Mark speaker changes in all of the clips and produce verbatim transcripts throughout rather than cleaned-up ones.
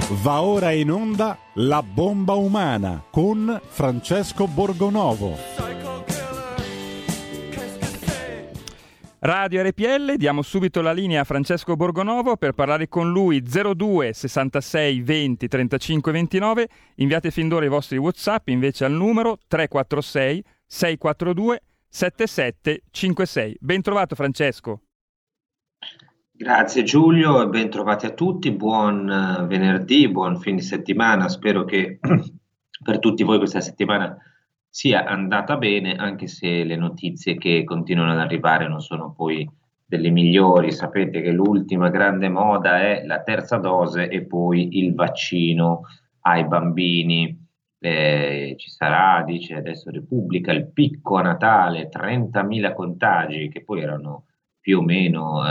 Speaker 1: Va ora in onda La bomba umana con Francesco Borgonovo.
Speaker 2: Radio R P L, diamo subito la linea a Francesco Borgonovo per parlare con lui. Zero due sessantasei venti trentacinque ventinove. Inviate fin d'ora i vostri WhatsApp invece al numero tre quattro sei sei quattro due sette sette cinque sei. Ben trovato Francesco.
Speaker 3: Grazie Giulio e ben trovati a tutti, buon uh, venerdì, buon fine settimana, spero che per tutti voi questa settimana sia andata bene, anche se le notizie che continuano ad arrivare non sono poi delle migliori. Sapete che l'ultima grande moda è la terza dose e poi il vaccino ai bambini. Eh, ci sarà, dice adesso Repubblica, il picco a Natale, trentamila contagi, che poi erano più o meno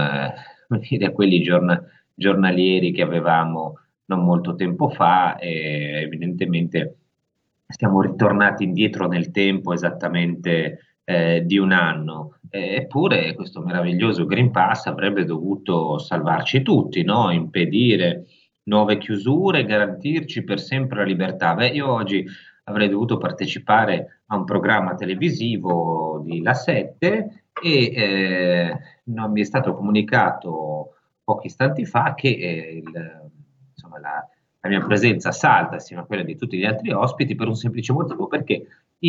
Speaker 3: eh, quelli giorn- giornalieri che avevamo non molto tempo fa, e evidentemente stiamo ritornati indietro nel tempo esattamente eh, di un anno. Eh, eppure questo meraviglioso Green Pass avrebbe dovuto salvarci tutti, no? Impedire nuove chiusure, garantirci per sempre la libertà. Beh, io oggi avrei dovuto partecipare a un programma televisivo di La sette e eh, non mi è stato comunicato pochi istanti fa che eh, il, insomma, la, la mia presenza salta assieme a quella di tutti gli altri ospiti per un semplice motivo, perché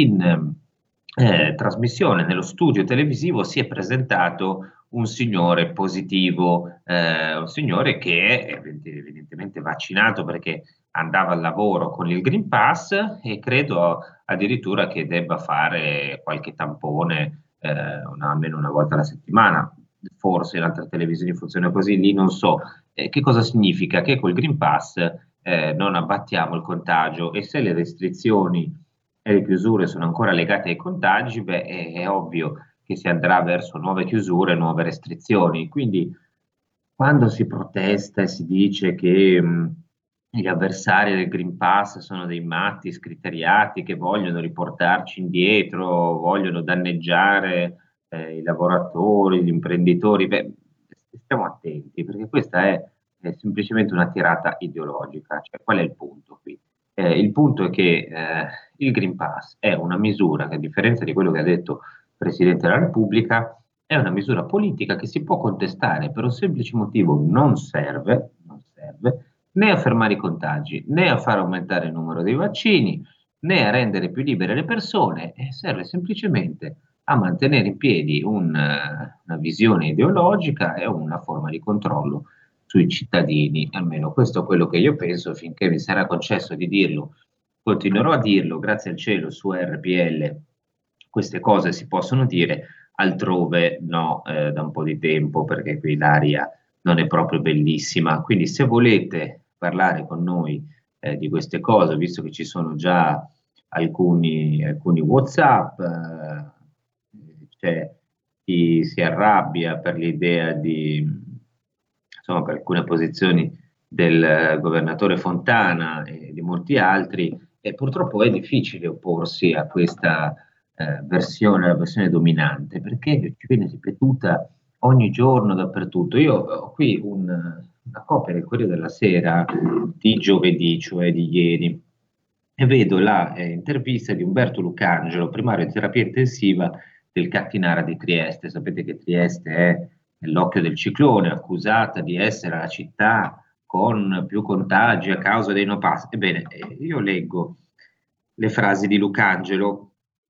Speaker 3: in eh, trasmissione, nello studio televisivo, si è presentato un signore positivo, eh, un signore che è evidentemente vaccinato perché andava al lavoro con il Green Pass e credo addirittura che debba fare qualche tampone eh, una, almeno una volta alla settimana. Forse in altre televisioni funziona così, lì non so. Eh, che cosa significa? Che col Green Pass eh, non abbattiamo il contagio, e se le restrizioni e le chiusure sono ancora legate ai contagi, beh, è, è ovvio che si andrà verso nuove chiusure, nuove restrizioni. Quindi quando si protesta e si dice che mh, gli avversari del Green Pass sono dei matti scriteriati che vogliono riportarci indietro, vogliono danneggiare eh, i lavoratori, gli imprenditori, beh, stiamo attenti, perché questa è, è semplicemente una tirata ideologica. Cioè, qual è il punto qui? Eh, il punto è che eh, il Green Pass è una misura che, a differenza di quello che ha detto il Presidente della Repubblica, è una misura politica che si può contestare per un semplice motivo: non serve, non serve né a fermare i contagi, né a far aumentare il numero dei vaccini, né a rendere più libere le persone, e serve semplicemente a mantenere in piedi un, una visione ideologica e una forma di controllo sui cittadini. Almeno questo è quello che io penso. Finché mi sarà concesso di dirlo, continuerò a dirlo. Grazie al cielo su R P L queste cose si possono dire, altrove no, eh, da un po' di tempo, perché qui l'aria non è proprio bellissima. Quindi se volete parlare con noi eh, di queste cose, visto che ci sono già alcuni, alcuni WhatsApp, eh, c'è chi si arrabbia per l'idea di, insomma, per alcune posizioni del eh, governatore Fontana e di molti altri, e purtroppo è difficile opporsi a questa eh, versione, la versione dominante, perché ci viene ripetuta ogni giorno dappertutto. Io ho qui un, una copia del Corriere della Sera di giovedì, cioè di ieri, e vedo la eh, intervista di Umberto Lucangelo, primario in terapia intensiva del Cattinara di Trieste. Sapete che Trieste è nell'occhio del ciclone, accusata di essere la città con più contagi a causa dei no pass. Ebbene, eh, io leggo le frasi di Lucangelo.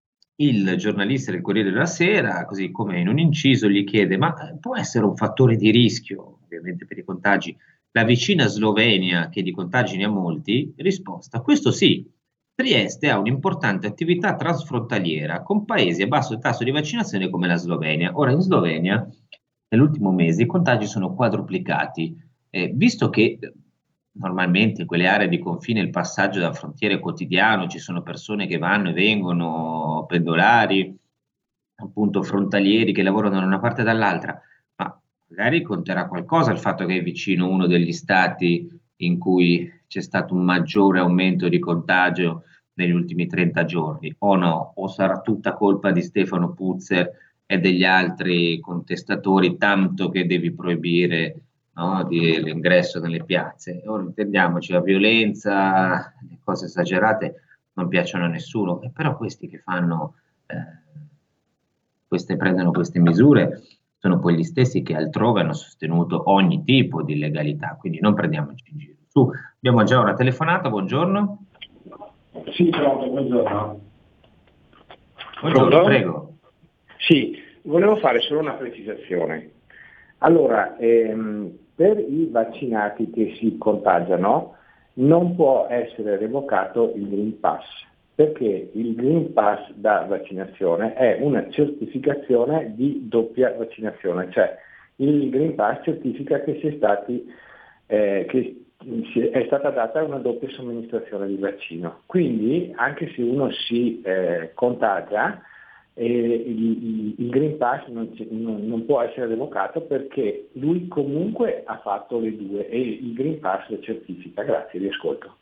Speaker 3: Il giornalista del Corriere della Sera, così come in un inciso, gli chiede: ma può essere un fattore di rischio, ovviamente per i contagi, la vicina Slovenia, che di contagi ne ha molti? Risposta: questo sì. Trieste ha un'importante attività transfrontaliera con paesi a basso tasso di vaccinazione come la Slovenia. Ora, in Slovenia, nell'ultimo mese, i contagi sono quadruplicati. Eh, visto che eh, normalmente in quelle aree di confine il passaggio da frontiere è quotidiano, ci sono persone che vanno e vengono, pendolari, appunto frontalieri che lavorano da una parte e dall'altra, ma magari conterà qualcosa il fatto che è vicino uno degli stati in cui c'è stato un maggiore aumento di contagio negli ultimi trenta giorni, o no? O sarà tutta colpa di Stefano Puzzer e degli altri contestatori, tanto che devi proibire no, di, l'ingresso nelle piazze. Ora intendiamoci, la violenza, le cose esagerate non piacciono a nessuno, e però questi che fanno, eh, queste, prendono queste misure sono poi gli stessi che altrove hanno sostenuto ogni tipo di illegalità, quindi non prendiamoci in giro. Su, abbiamo già una telefonata, buongiorno.
Speaker 4: Sì, pronto, buongiorno.
Speaker 3: Buongiorno,
Speaker 4: Pronto?
Speaker 3: prego.
Speaker 4: Sì, volevo fare solo una precisazione. Allora, ehm, per i vaccinati che si contagiano non può essere revocato il Green Pass, perché il Green Pass da vaccinazione è una certificazione di doppia vaccinazione, cioè il Green Pass certifica che si è stati, eh, che è stata data una doppia somministrazione di vaccino. Quindi anche se uno si eh, contagia, eh, il, il Green Pass non, non, non può essere revocato perché lui comunque ha fatto le due e il Green Pass lo certifica. Grazie, vi ascolto.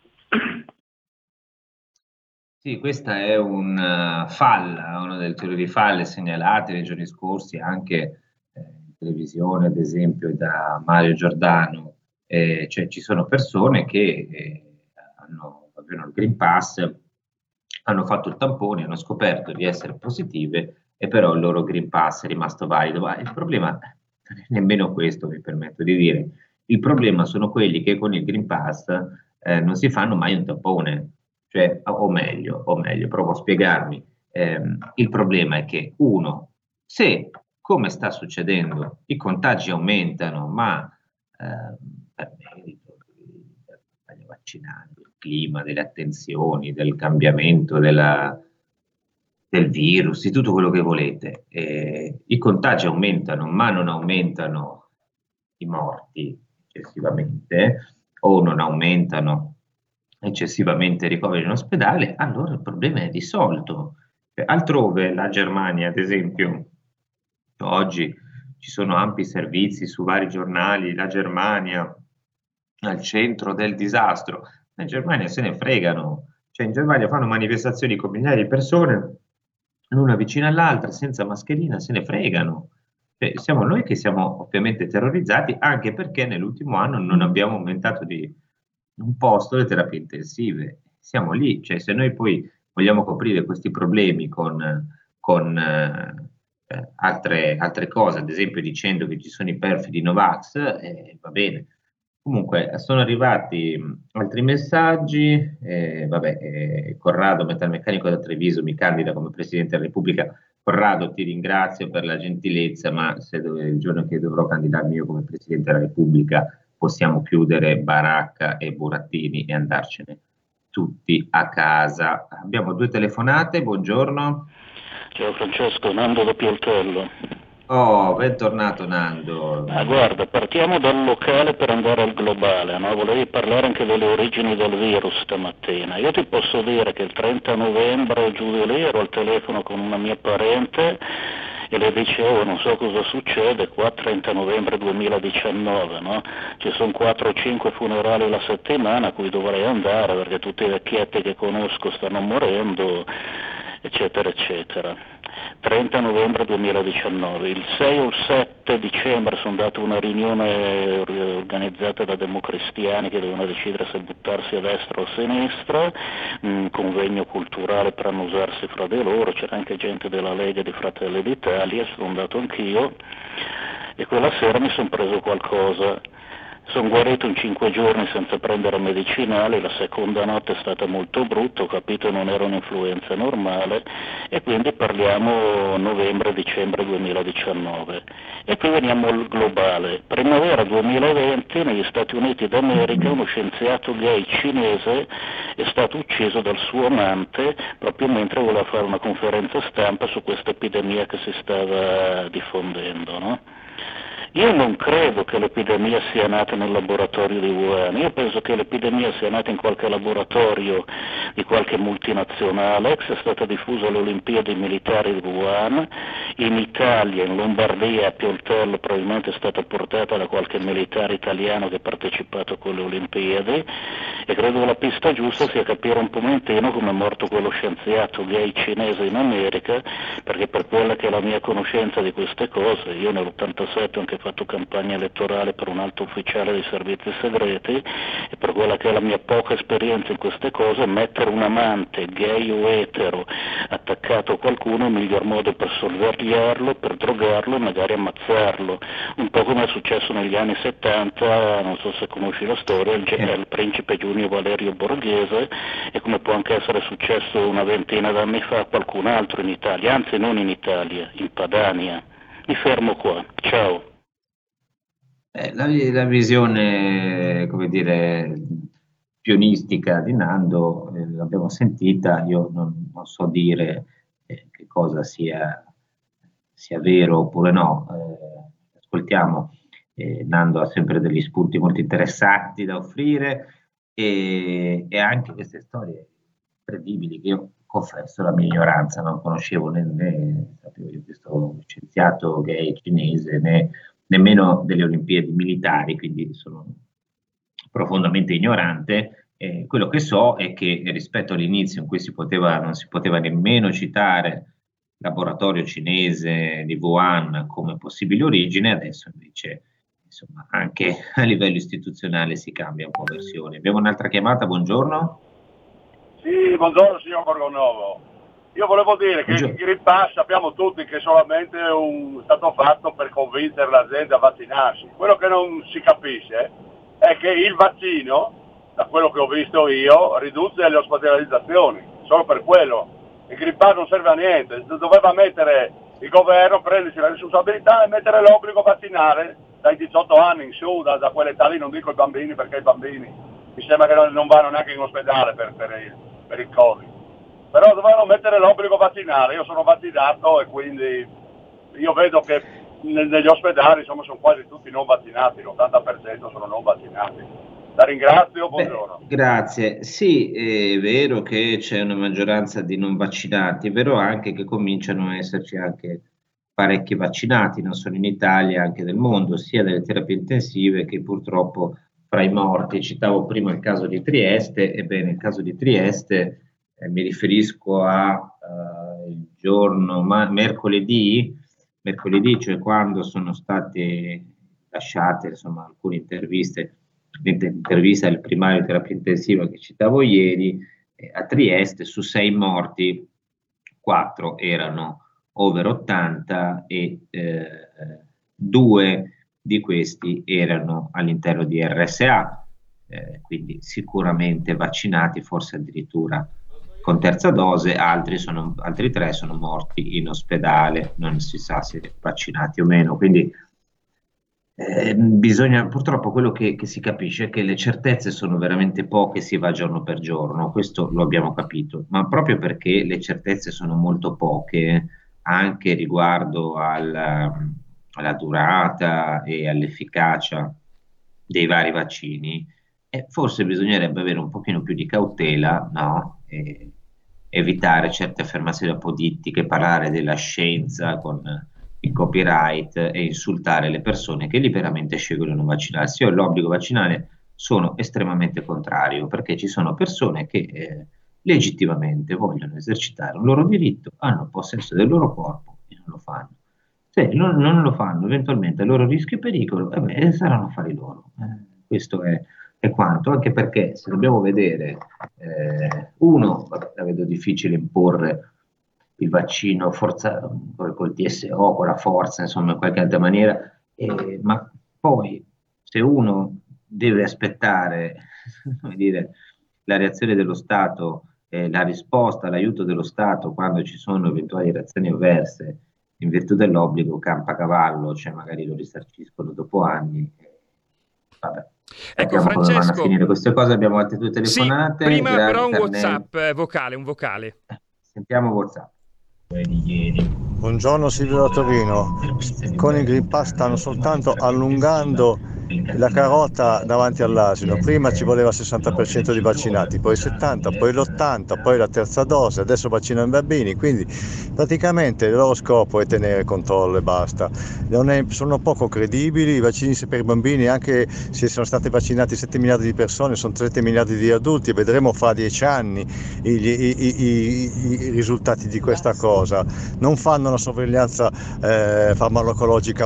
Speaker 3: Sì, questa è una falla, una delle teorie di falle segnalate nei giorni scorsi anche eh, in televisione, ad esempio da Mario Giordano. Eh, cioè ci sono persone che eh, hanno, avevano il Green Pass, hanno fatto il tampone, hanno scoperto di essere positive e però il loro Green Pass è rimasto valido. Ma il problema non è nemmeno questo, mi permetto di dire. Il problema sono quelli che con il Green Pass eh, non si fanno mai un tampone. Cioè, o meglio, o meglio, provo a spiegarmi. Ehm, il problema è che, uno, se, come sta succedendo, i contagi aumentano, ma ehm, per merito della campagna vaccinale, del clima, delle attenzioni, del cambiamento della, del virus, di tutto quello che volete, eh, i contagi aumentano, ma non aumentano i morti eccessivamente, o non aumentano eccessivamente i ricoveri in ospedale, allora il problema è risolto. Cioè, altrove, la Germania, ad esempio, oggi ci sono ampi servizi su vari giornali, la Germania al centro del disastro. In Germania se ne fregano, cioè in Germania fanno manifestazioni con migliaia di persone, l'una vicina all'altra, senza mascherina, se ne fregano. Cioè, siamo noi che siamo ovviamente terrorizzati, anche perché nell'ultimo anno non abbiamo aumentato di un posto le terapie intensive. Siamo lì, cioè se noi poi vogliamo coprire questi problemi con, con eh, eh, altre, altre cose, ad esempio dicendo che ci sono i perfidi Novax, eh, va bene. Comunque sono arrivati mh, altri messaggi, eh, vabbè, eh, Corrado, metalmeccanico da Treviso, mi candida come Presidente della Repubblica. Corrado, ti ringrazio per la gentilezza, ma se dove, il giorno che dovrò candidarmi io come Presidente della Repubblica possiamo chiudere Baracca e Burattini e andarcene tutti a casa. Abbiamo due telefonate, buongiorno.
Speaker 5: Ciao Francesco, Nando da Pioltello.
Speaker 3: Oh, bentornato Nando.
Speaker 5: Ah, guarda, partiamo dal locale per andare al globale, no? Volevi parlare anche delle origini del virus stamattina. Io ti posso dire che il trenta novembre giù di lì ero al telefono con una mia parente e le dicevo non so cosa succede qua trenta novembre duemiladiciannove, no? Ci sono quattro o cinque funerali la settimana a cui dovrei andare perché tutti i vecchietti che conosco stanno morendo, eccetera eccetera. trenta novembre duemiladiciannove, il sei o il sette dicembre sono andato a una riunione organizzata da democristiani che dovevano decidere se buttarsi a destra o a sinistra, un convegno culturale per annusarsi fra di loro, c'era anche gente della Lega e di Fratelli d'Italia, sono andato anch'io e quella sera mi sono preso qualcosa. Sono guarito in cinque giorni senza prendere medicinali, la seconda notte è stata molto brutta, ho capito non era un'influenza normale e quindi parliamo novembre-dicembre duemiladiciannove. E poi veniamo al globale. Primavera duemilaventi negli Stati Uniti d'America uno scienziato gay cinese è stato ucciso dal suo amante proprio mentre voleva fare una conferenza stampa su questa epidemia che si stava diffondendo, no? Io non credo che l'epidemia sia nata nel laboratorio di Wuhan, io penso che l'epidemia sia nata in qualche laboratorio di qualche multinazionale, che sia stata diffusa alle Olimpiadi militari di Wuhan, in Italia, in Lombardia, a Pioltello probabilmente è stata portata da qualche militare italiano che ha partecipato con le Olimpiadi e credo che la pista giusta sia capire un momentino come è morto quello scienziato gay cinese in America, perché per quella che è la mia conoscenza di queste cose, io nell'ottantasette ho anche fatto campagna elettorale per un alto ufficiale dei servizi segreti, e per quella che è la mia poca esperienza in queste cose, mettere un amante gay o etero attaccato a qualcuno è il miglior modo per sorvegliarlo, per drogarlo e magari ammazzarlo, un po' come è successo negli anni settanta, non so se conosci la storia, il, il principe Giunio Valerio Borghese, e come può anche essere successo una ventina d'anni fa a qualcun altro in Italia, anzi non in Italia, in Padania. Mi fermo qua, ciao.
Speaker 3: Eh, la, la visione, come dire, pionistica di Nando eh, l'abbiamo sentita, io non, non so dire eh, che cosa sia, sia vero oppure no. Eh, ascoltiamo, eh, Nando ha sempre degli spunti molto interessanti da offrire e, e anche queste storie incredibili che io confesso la mia ignoranza, non conoscevo né, né sapevo di questo scienziato gay cinese né nemmeno delle Olimpiadi militari, quindi sono profondamente ignorante. Eh, quello che so è che rispetto all'inizio in cui si poteva, non si poteva nemmeno citare il laboratorio cinese di Wuhan come possibile origine, adesso invece insomma, anche a livello istituzionale si cambia un po' versione. Abbiamo un'altra chiamata, buongiorno.
Speaker 6: Sì, buongiorno signor Borgonovo. Io volevo dire che il Green Pass sappiamo tutti che è solamente un, stato fatto per convincere la gente a vaccinarsi. Quello che non si capisce è che il vaccino, da quello che ho visto io, riduce le ospedalizzazioni, solo per quello. Il Green Pass non serve a niente, doveva mettere il governo, prendersi la responsabilità e mettere l'obbligo vaccinale dai diciotto anni in su, da, da quell'età lì, non dico i bambini perché i bambini mi sembra che non, non vanno neanche in ospedale per, per, il, per il Covid. Però dovevano mettere l'obbligo vaccinale, io sono vaccinato e quindi io vedo che negli ospedali insomma, sono quasi tutti non vaccinati, l'ottanta per cento sono non vaccinati. La ringrazio, buongiorno.
Speaker 3: Beh, grazie. Sì, è vero che c'è una maggioranza di non vaccinati, è vero anche che cominciano a esserci anche parecchi vaccinati, non solo in Italia, anche nel mondo, sia delle terapie intensive che purtroppo fra i morti. Citavo prima il caso di Trieste, ebbene il caso di Trieste... Eh, mi riferisco a uh, il giorno ma- mercoledì, mercoledì, cioè quando sono state lasciate insomma alcune interviste, l'intervista del primario di terapia intensiva che citavo ieri, eh, a Trieste su sei morti, quattro erano over ottanta e eh, due di questi erano all'interno di R S A, eh, quindi sicuramente vaccinati, forse addirittura con terza dose, altri, sono, altri tre sono morti in ospedale, non si sa se vaccinati o meno, quindi eh, bisogna, purtroppo quello che, che si capisce è che le certezze sono veramente poche, si va giorno per giorno, questo lo abbiamo capito, ma proprio perché le certezze sono molto poche, anche riguardo al, alla durata e all'efficacia dei vari vaccini, eh, forse bisognerebbe avere un pochino più di cautela, no? E evitare certe affermazioni apodittiche, parlare della scienza con il copyright e insultare le persone che liberamente scelgono di non vaccinarsi. Io all'obbligo vaccinale sono estremamente contrario, perché ci sono persone che eh, legittimamente vogliono esercitare un loro diritto, hanno possesso del loro corpo e non lo fanno. Se non, non lo fanno eventualmente a loro rischio e pericolo, eh beh, saranno affari loro. Eh, questo è E quanto, anche perché se dobbiamo vedere, eh, uno, vabbè, la vedo difficile imporre il vaccino forza, col T S O, con la forza, insomma, in qualche altra maniera, eh, ma poi se uno deve aspettare come dire, la reazione dello Stato, eh, la risposta, l'aiuto dello Stato quando ci sono eventuali reazioni avverse in virtù dell'obbligo, campa cavallo, cioè magari lo risarciscono dopo anni, eh, vabbè.
Speaker 2: Ecco,
Speaker 3: Vediamo
Speaker 2: Francesco,
Speaker 3: come vanno a finire queste cose, abbiamo altre due telefonate.
Speaker 2: Sì, prima però un
Speaker 3: internet.
Speaker 2: WhatsApp eh, vocale, un vocale.
Speaker 3: Sentiamo WhatsApp.
Speaker 7: Buongiorno Silvio da Torino. Con il Green Pass stanno soltanto allungando la carota davanti all'asino. Prima ci voleva il sessanta per cento di vaccinati, poi il settanta, poi l'ottanta, poi la terza dose, adesso vaccinano i bambini, quindi praticamente il loro scopo è tenere controllo e basta. Non è, sono poco credibili i vaccini per i bambini, anche se sono state vaccinati sette miliardi di persone, sono sette miliardi di adulti, vedremo fra dieci anni i, i, i, i, i risultati di questa cosa. Non fanno una sorveglianza eh, farmacologica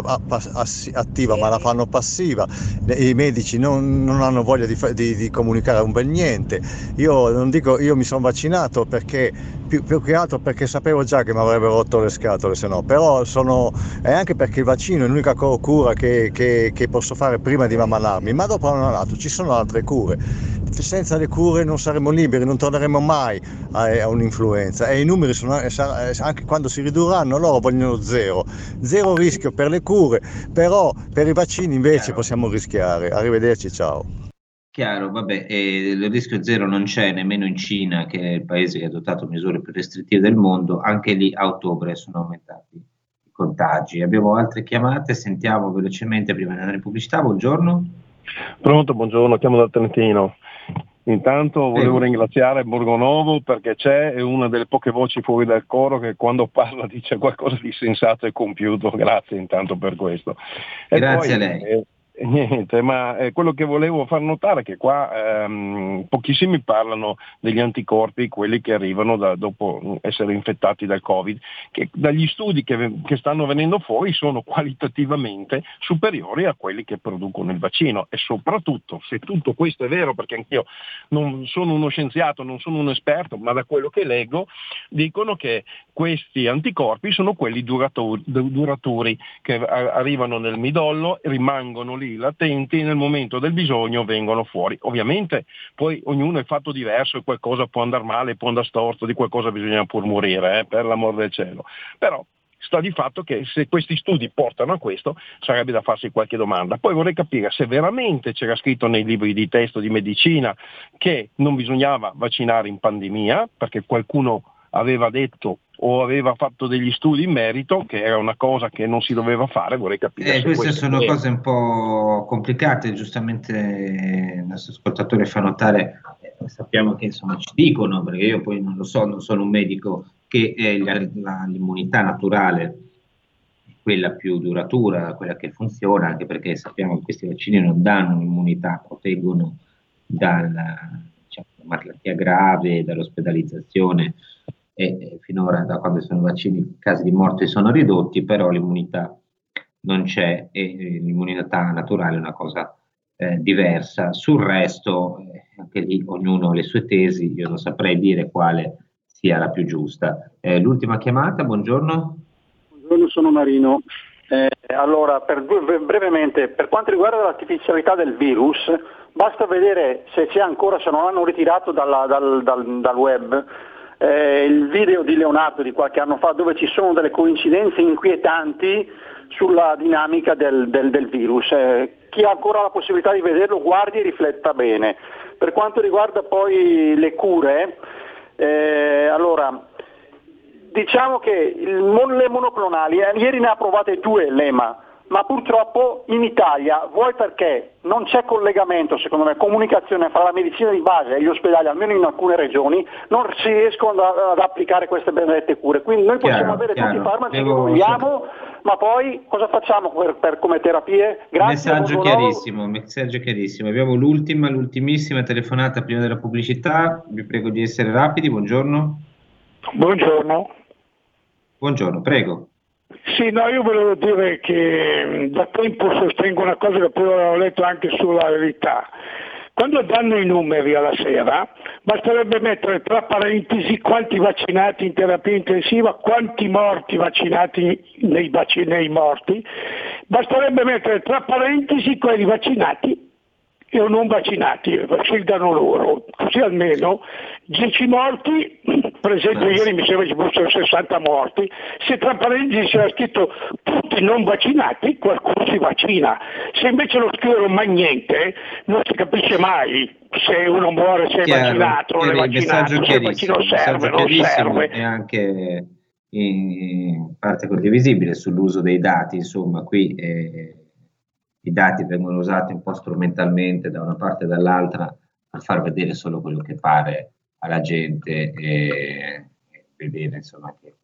Speaker 7: attiva, ma la fanno passiva. I medici non, non hanno voglia di, di, di comunicare un bel niente. Io non dico, io mi sono vaccinato perché più, più che altro perché sapevo già che mi avrebbero rotto le scatole, se no, però sono, è anche perché il vaccino è l'unica cura che, che, che posso fare prima di ammalarmi, ma dopo ammalato ci sono altre cure. Senza le cure non saremo liberi, non torneremo mai a, a un'influenza, e i numeri sono, anche quando si ridurranno, loro vogliono zero zero rischio per le cure, però per i vaccini invece Chiaro. Possiamo rischiare. Arrivederci, ciao.
Speaker 3: Chiaro, vabbè, eh, il rischio zero non c'è nemmeno in Cina, che è il paese che ha adottato misure più restrittive del mondo. Anche lì a ottobre sono aumentati i contagi. Abbiamo altre chiamate, sentiamo velocemente prima di andare in pubblicità. Buongiorno.
Speaker 8: Pronto, buongiorno, chiamo dal Trentino. Intanto volevo eh. ringraziare Borgonovo perché c'è, è una delle poche voci fuori dal coro che quando parla dice qualcosa di sensato e compiuto. Grazie intanto per questo. E
Speaker 3: Grazie
Speaker 8: poi,
Speaker 3: a lei.
Speaker 8: Eh, Niente, ma eh, quello che volevo far notare è che qua ehm, pochissimi parlano degli anticorpi, quelli che arrivano da, dopo essere infettati dal Covid, che dagli studi che, che stanno venendo fuori sono qualitativamente superiori a quelli che producono il vaccino. E soprattutto, se tutto questo è vero, perché anch'io non sono uno scienziato, non sono un esperto, ma da quello che leggo dicono che questi anticorpi sono quelli duraturi, duraturi che arrivano nel midollo, rimangono lì latenti, nel momento del bisogno vengono fuori. Ovviamente poi ognuno è fatto diverso e qualcosa può andare male, può andare storto, di qualcosa bisogna pur morire, eh, per l'amor del cielo. Però sta di fatto che se questi studi portano a questo sarebbe da farsi qualche domanda. Poi vorrei capire se veramente c'era scritto nei libri di testo di medicina che non bisognava vaccinare in pandemia, perché qualcuno aveva detto o aveva fatto degli studi in merito, che era una cosa che non si doveva fare. Vorrei capire
Speaker 3: eh,
Speaker 8: se
Speaker 3: queste sono
Speaker 8: è...
Speaker 3: cose un po' complicate. Giustamente il nostro ascoltatore fa notare, eh, sappiamo che insomma ci dicono, perché io poi non lo so, non sono un medico, che eh, la, la, l'immunità naturale è quella più duratura, quella che funziona, anche perché sappiamo che questi vaccini non danno un'immunità, proteggono dalla, diciamo, malattia grave, dall'ospedalizzazione. E finora, da quando sono vaccini, i casi di morte sono ridotti, però l'immunità non c'è, e l'immunità naturale è una cosa eh, diversa. Sul resto, eh, anche lì ognuno ha le sue tesi, io non saprei dire quale sia la più giusta. Eh, l'ultima chiamata, buongiorno.
Speaker 9: Buongiorno, sono Marino. Eh, allora, per, brevemente, per quanto riguarda l'artificialità del virus, basta vedere se c'è ancora, se non l'hanno ritirato dalla, dal, dal, dal web, Eh, il video di Leonardo di qualche anno fa, dove ci sono delle coincidenze inquietanti sulla dinamica del, del, del virus. Eh, chi ha ancora la possibilità di vederlo guardi e rifletta bene. Per quanto riguarda poi le cure, eh, allora diciamo che il, le monoclonali, eh, ieri ne ha approvate due l'EMA, ma purtroppo in Italia, vuoi perché non c'è collegamento, secondo me, comunicazione fra la medicina di base e gli ospedali, almeno in alcune regioni, non si riescono ad, ad applicare queste benedette cure. Quindi noi possiamo chiaro, avere chiaro. tutti i farmaci Devo... che vogliamo, ma poi cosa facciamo per, per come terapie? Grazie.
Speaker 3: Messaggio chiarissimo, messaggio chiarissimo. Abbiamo l'ultima, l'ultimissima telefonata prima della pubblicità. Vi prego di essere rapidi. Buongiorno.
Speaker 10: Buongiorno.
Speaker 3: Buongiorno, prego.
Speaker 10: Sì, no, io volevo dire che da tempo sostengo una cosa che poi ho letto anche sulla Verità. Quando danno i numeri alla sera, basterebbe mettere tra parentesi quanti vaccinati in terapia intensiva, quanti morti vaccinati nei, vac- nei morti, basterebbe mettere tra parentesi quelli vaccinati e non vaccinati, scelgano loro, così almeno dieci morti, per esempio ieri mi sembra ci fossero sessanta morti, se tra parentesi c'era scritto tutti non vaccinati, qualcuno si vaccina. Se invece lo scrivono mai niente, non si capisce mai se uno muore, se è Chiaro, vaccinato, non è vaccinato, se il vaccino serve, non serve.
Speaker 3: E anche in parte condivisibile sull'uso dei dati, insomma, qui eh, i dati vengono usati un po' strumentalmente da una parte e dall'altra per far vedere solo quello che pare alla gente e, e vedere insomma che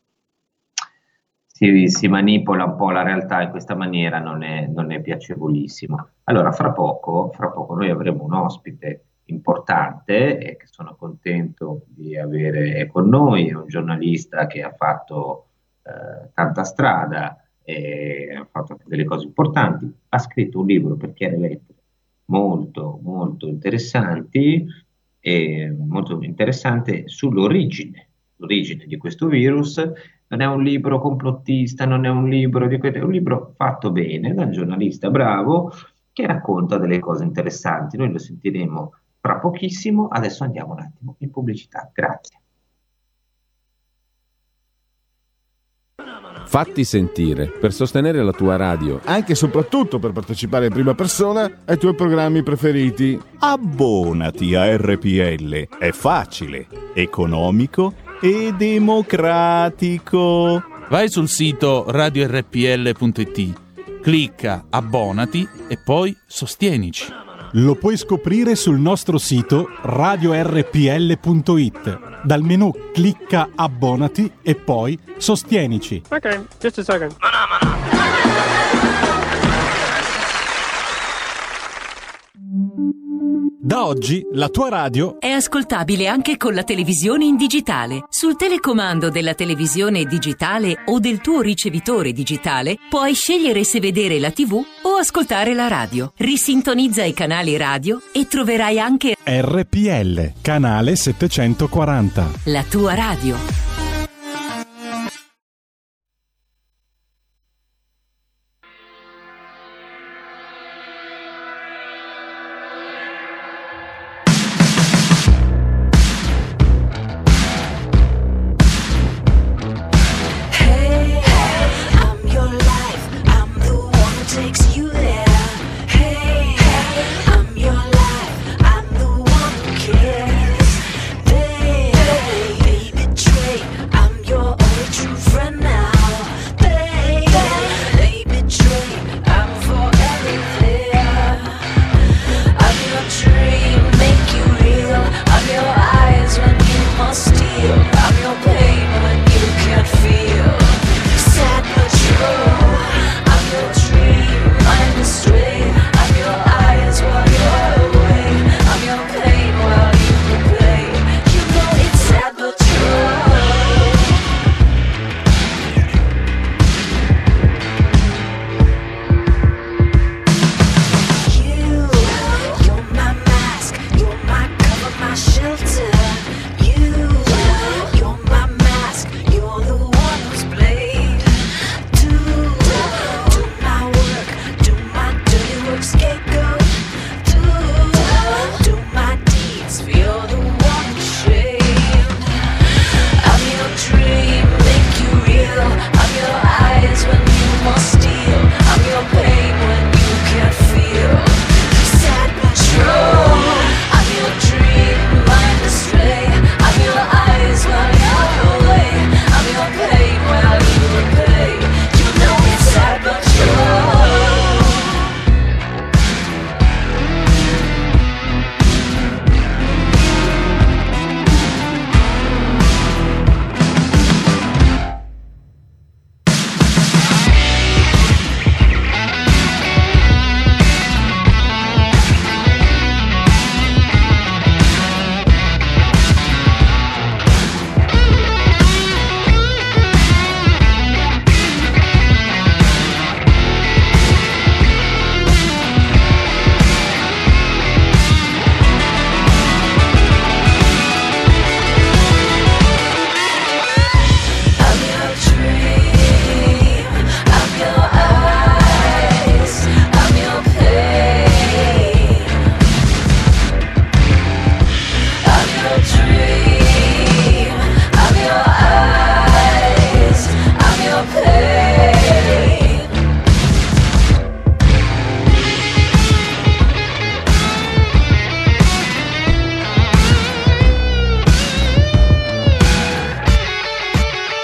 Speaker 3: si, si manipola un po' la realtà in questa maniera non è, non è piacevolissimo. Allora fra poco, fra poco noi avremo un ospite importante e che sono contento di avere con noi, è un giornalista che ha fatto eh, tanta strada e ha fatto delle cose importanti, ha scritto un libro per Chiare Lettere molto molto interessanti e molto interessante sull'origine l'origine di questo virus. Non è un libro complottista, non è un libro di è un libro fatto bene da un giornalista bravo che racconta delle cose interessanti. Noi lo sentiremo fra pochissimo, adesso andiamo un attimo in pubblicità. Grazie.
Speaker 11: Fatti sentire per sostenere la tua radio,
Speaker 1: anche e soprattutto per partecipare in prima persona ai tuoi programmi preferiti.
Speaker 12: Abbonati a R P L, è facile, economico e democratico.
Speaker 13: Vai sul sito radio erre pi elle punto it, clicca abbonati e poi sostienici.
Speaker 1: Lo puoi scoprire sul nostro sito radio erre pi elle punto it. Dal menu clicca abbonati e poi sostienici.
Speaker 14: Ok, just a second.
Speaker 1: Da oggi la tua radio
Speaker 15: è ascoltabile anche con la televisione in digitale. Sul telecomando della televisione digitale o del tuo ricevitore digitale puoi scegliere se vedere la tivù o ascoltare la radio. Risintonizza i canali radio e troverai anche
Speaker 1: R P L, canale settecentoquaranta.
Speaker 15: La tua radio.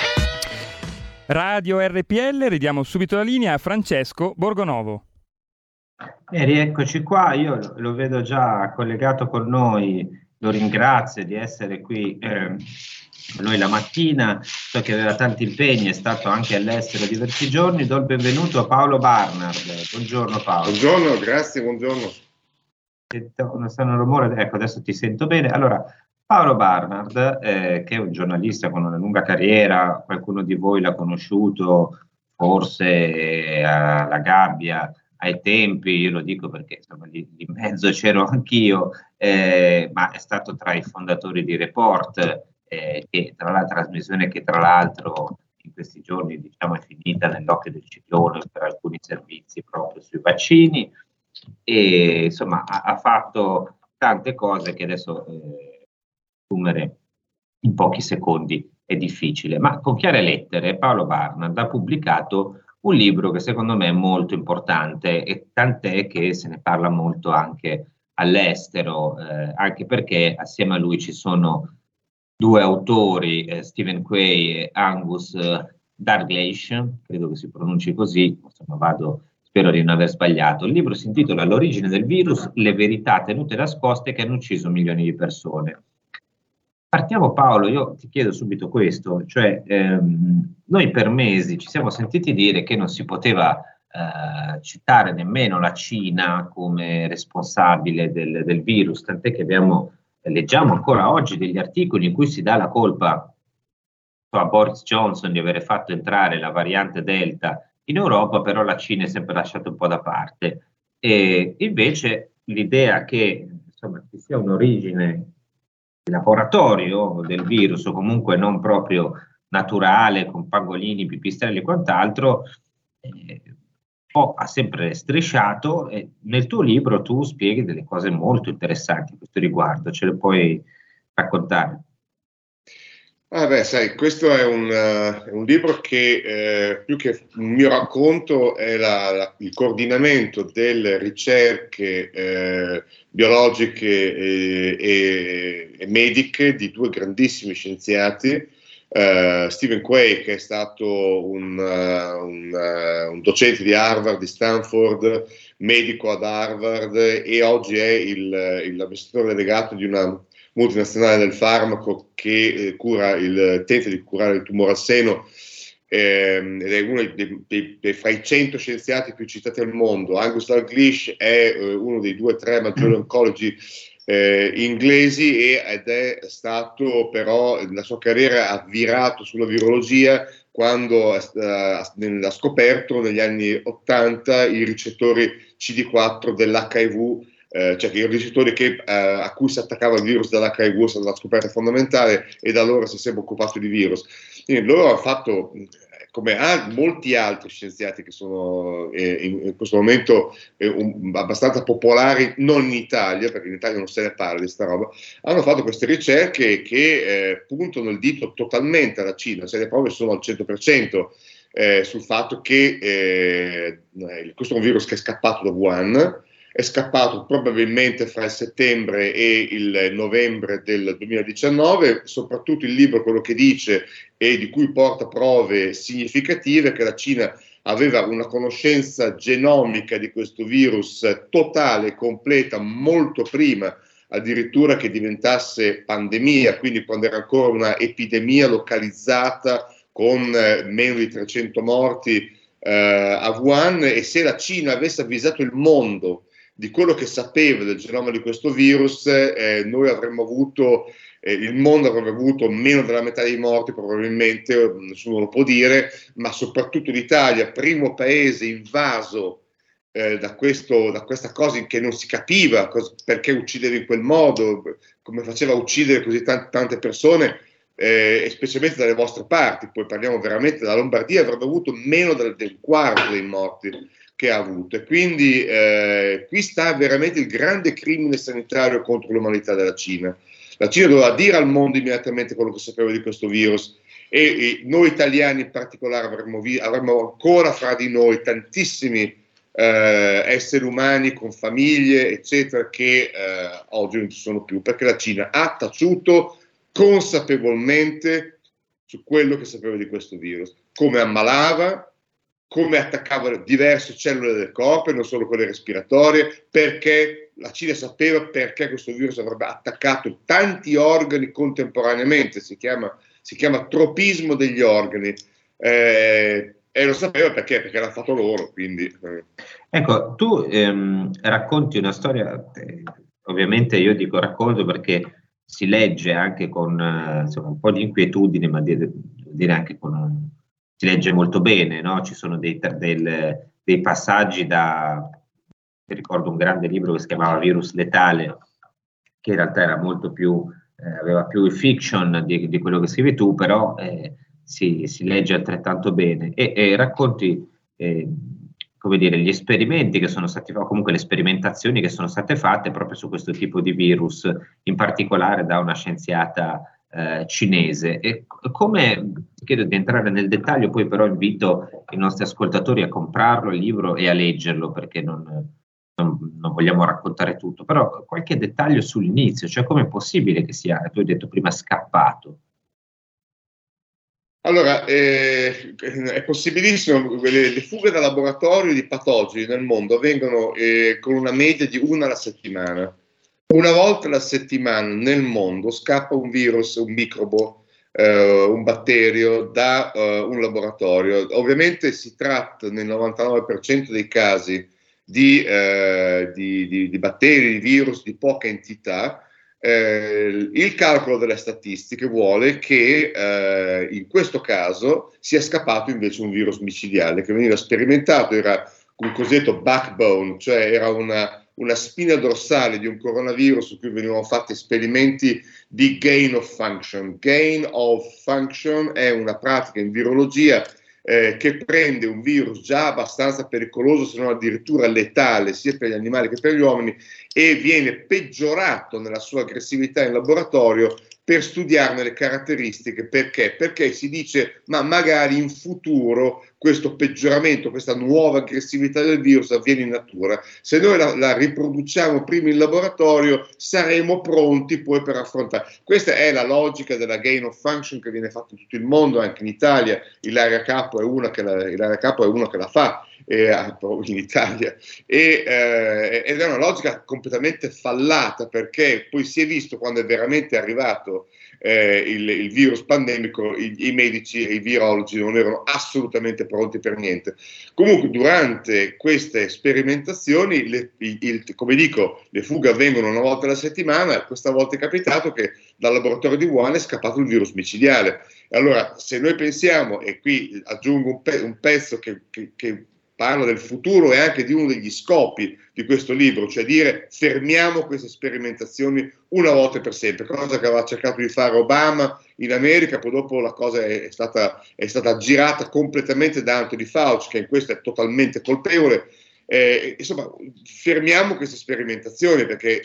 Speaker 2: Radio R P L, ridiamo subito la linea a Francesco Borgonovo.
Speaker 3: E rieccoci qua, io lo vedo già collegato con noi, lo ringrazio di essere qui eh, con noi la mattina, so che aveva tanti impegni, è stato anche all'estero diversi giorni, do il benvenuto a Paolo Barnard. Buongiorno Paolo.
Speaker 14: Buongiorno, grazie, buongiorno.
Speaker 3: Sento, non stanno rumore, ecco adesso ti sento bene. Allora, Paolo Barnard, eh, che è un giornalista con una lunga carriera, qualcuno di voi l'ha conosciuto forse eh, alla Gabbia, ai tempi, io lo dico perché insomma lì in mezzo c'ero anch'io, eh, ma è stato tra i fondatori di Report, eh, che tra la trasmissione che tra l'altro in questi giorni diciamo è finita nell'occhio del ciclone per alcuni servizi proprio sui vaccini, e insomma ha, ha fatto tante cose che adesso eh, assumere in pochi secondi è difficile, ma con chiare lettere Paolo Barnard ha pubblicato un libro che secondo me è molto importante, e tant'è che se ne parla molto anche all'estero, eh, anche perché assieme a lui ci sono due autori, eh, Stephen Quay e Angus eh, Dalgleish, credo che si pronunci così, insomma vado, spero di non aver sbagliato. Il libro si intitola L'origine del virus, le verità tenute nascoste che hanno ucciso milioni di persone. Partiamo Paolo, io ti chiedo subito questo, cioè ehm, noi per mesi ci siamo sentiti dire che non si poteva eh, citare nemmeno la Cina come responsabile del, del virus, tant'è che abbiamo, eh, leggiamo ancora oggi degli articoli in cui si dà la colpa a Boris Johnson di aver fatto entrare la variante Delta in Europa, però la Cina è sempre lasciata un po' da parte. E invece l'idea che insomma ci sia un'origine di laboratorio del virus, o comunque non proprio naturale, con pangolini, pipistrelli e quant'altro, eh, oh, ha sempre strisciato, e nel tuo libro tu spieghi delle cose molto interessanti a questo riguardo, ce le puoi raccontare?
Speaker 14: Ah beh, sai, questo è un, uh, è un libro che eh, più che un mio racconto è la, la, il coordinamento delle ricerche eh, biologiche e, e, e mediche di due grandissimi scienziati, uh, Stephen Quay, che è stato un, uh, un, uh, un docente di Harvard, di Stanford, medico ad Harvard, e oggi è il, il amministratore delegato di una multinazionale del farmaco che eh, cura il, tenta di curare il tumore al seno, ehm, ed è uno dei, dei, dei fra i cento scienziati più citati al mondo. Angus Dalgleish è eh, uno dei due o tre maggiori oncologi eh, inglesi, e, ed è stato però, la sua carriera ha virato sulla virologia quando eh, ha scoperto negli anni ottanta i ricettori C D quattro dell'H I V, Eh, cioè che i ricettori che, eh, a cui si attaccava il virus dell'H I V sono una scoperta fondamentale, e da allora si è sempre occupato di virus. Quindi loro hanno fatto, come a molti altri scienziati che sono eh, in, in questo momento eh, un, abbastanza popolari, non in Italia, perché in Italia non se ne parla di sta roba, hanno fatto queste ricerche che eh, puntano il dito totalmente alla Cina, cioè le prove sono al cento per cento eh, sul fatto che eh, questo è un virus che è scappato da Wuhan, è scappato probabilmente fra il settembre e il novembre del duemiladiciannove. Soprattutto il libro quello che dice, e di cui porta prove significative, che la Cina aveva una conoscenza genomica di questo virus totale, completa, molto prima addirittura che diventasse pandemia, quindi quando era ancora una epidemia localizzata con eh, meno di trecento morti eh, a Wuhan. E se la Cina avesse avvisato il mondo di quello che sapeva del genoma di questo virus, eh, noi avremmo avuto, eh, il mondo avrebbe avuto meno della metà dei morti probabilmente, nessuno lo può dire, ma soprattutto l'Italia, primo paese invaso eh, da, questo, da questa cosa che non si capiva cosa, perché uccidere in quel modo, come faceva a uccidere così tante, tante persone, eh, e specialmente dalle vostre parti. Poi parliamo veramente della Lombardia, avrebbe avuto meno del, del quarto dei morti che ha avuto, e quindi eh, qui sta veramente il grande crimine sanitario contro l'umanità della Cina. La Cina doveva dire al mondo immediatamente quello che sapeva di questo virus, e, e noi italiani in particolare avremmo, vi- avremmo ancora fra di noi tantissimi eh, esseri umani con famiglie eccetera che eh, oggi non ci sono più, perché la Cina ha taciuto consapevolmente su quello che sapeva di questo virus, come ammalava, come attaccava diverse cellule del corpo, non solo quelle respiratorie, perché la Cina sapeva perché questo virus avrebbe attaccato tanti organi contemporaneamente, si chiama, si chiama tropismo degli organi, eh, e lo sapeva perché, perché l'hanno fatto loro, quindi... Eh.
Speaker 3: Ecco, tu ehm, racconti una storia, eh, ovviamente io dico racconto perché si legge anche con eh, insomma, un po' di inquietudine, ma devo dire anche con... si legge molto bene, no? Ci sono dei, del, dei passaggi da... ricordo un grande libro che si chiamava Virus letale, che in realtà era molto più, eh, aveva più fiction di, di quello che scrivi tu, però eh, si, si legge altrettanto bene e, e racconti, eh, come dire, gli esperimenti che sono stati fatti, comunque le sperimentazioni che sono state fatte proprio su questo tipo di virus, in particolare da una scienziata eh, cinese. E come, chiedo di entrare nel dettaglio, poi però invito i nostri ascoltatori a comprarlo il libro e a leggerlo, perché non... Non, non vogliamo raccontare tutto, però qualche dettaglio sull'inizio, cioè come è possibile che sia, tu hai detto prima, scappato?
Speaker 14: Allora, eh, è possibilissimo, le, le fughe da laboratorio di patogeni nel mondo avvengono eh, con una media di una alla settimana. Una volta alla settimana nel mondo scappa un virus, un microbo, eh, un batterio da eh, un laboratorio. Ovviamente si tratta nel novantanove per cento dei casi Di, eh, di, di, di batteri, di virus di poca entità. Eh, il calcolo delle statistiche vuole che eh, in questo caso sia scappato invece un virus micidiale che veniva sperimentato, era un cosiddetto backbone, cioè era una, una spina dorsale di un coronavirus su cui venivano fatti esperimenti di gain of function. Gain of function è una pratica in virologia Eh, che prende un virus già abbastanza pericoloso, se non addirittura letale, sia per gli animali che per gli uomini, e viene peggiorato nella sua aggressività in laboratorio per studiarne le caratteristiche. Perché? Perché si dice, ma magari in futuro questo peggioramento, questa nuova aggressività del virus avviene in natura. Se noi la, la riproduciamo prima in laboratorio, saremo pronti poi per affrontare. Questa è la logica della gain of function che viene fatta in tutto il mondo, anche in Italia. Ilaria Capo è una che la, Ilaria Capo è una che la fa eh, in Italia. E, eh, ed è una logica completamente fallata, perché poi si è visto, quando è veramente arrivato Eh, il, il virus pandemico, i, i medici e i virologi non erano assolutamente pronti per niente. Comunque durante queste sperimentazioni, le, il, il, come dico, le fughe avvengono una volta alla settimana. Questa volta è capitato che dal laboratorio di Wuhan è scappato il virus micidiale. Allora, se noi pensiamo, e qui aggiungo un, pe- un pezzo che, che, che parla del futuro e anche di uno degli scopi di questo libro, cioè dire fermiamo queste sperimentazioni una volta per sempre, cosa che aveva cercato di fare Obama in America. Poi dopo la cosa è stata, è stata girata completamente da Anthony Fauci, che in questo è totalmente colpevole. Eh, insomma, fermiamo queste sperimentazioni, perché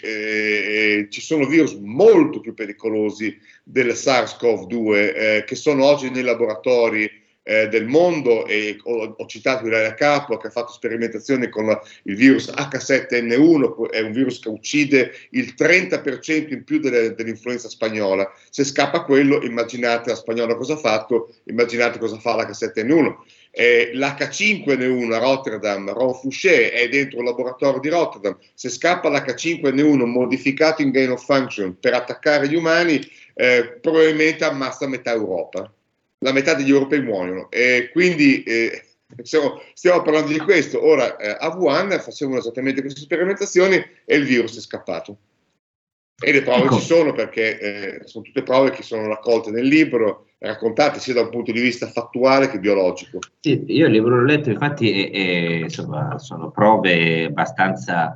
Speaker 14: eh, ci sono virus molto più pericolosi del SARS-CoV due eh, che sono oggi nei laboratori Eh, del mondo, e ho, ho citato Ilaria Capo, che ha fatto sperimentazioni con la, il virus acca sette enne uno, è un virus che uccide il trenta per cento in più delle, dell'influenza spagnola. Se scappa quello, immaginate la spagnola cosa ha fatto, immaginate cosa fa l'acca sette enne uno. Eh, l'acca cinque enne uno a Rotterdam, Ron Fouché è dentro il laboratorio di Rotterdam. Se scappa l'acca cinque enne uno modificato in gain of function per attaccare gli umani, eh, probabilmente ammazza metà Europa. La metà degli europei muoiono, e quindi eh, stiamo, stiamo parlando di questo. Ora eh, a Wuhan facevano esattamente queste sperimentazioni e il virus è scappato. E le prove ecco. ci sono, perché eh, sono tutte prove che sono raccolte nel libro, raccontate sia da un punto di vista fattuale che biologico.
Speaker 3: Sì, io il libro l'ho letto, infatti e, e, insomma, sono prove abbastanza,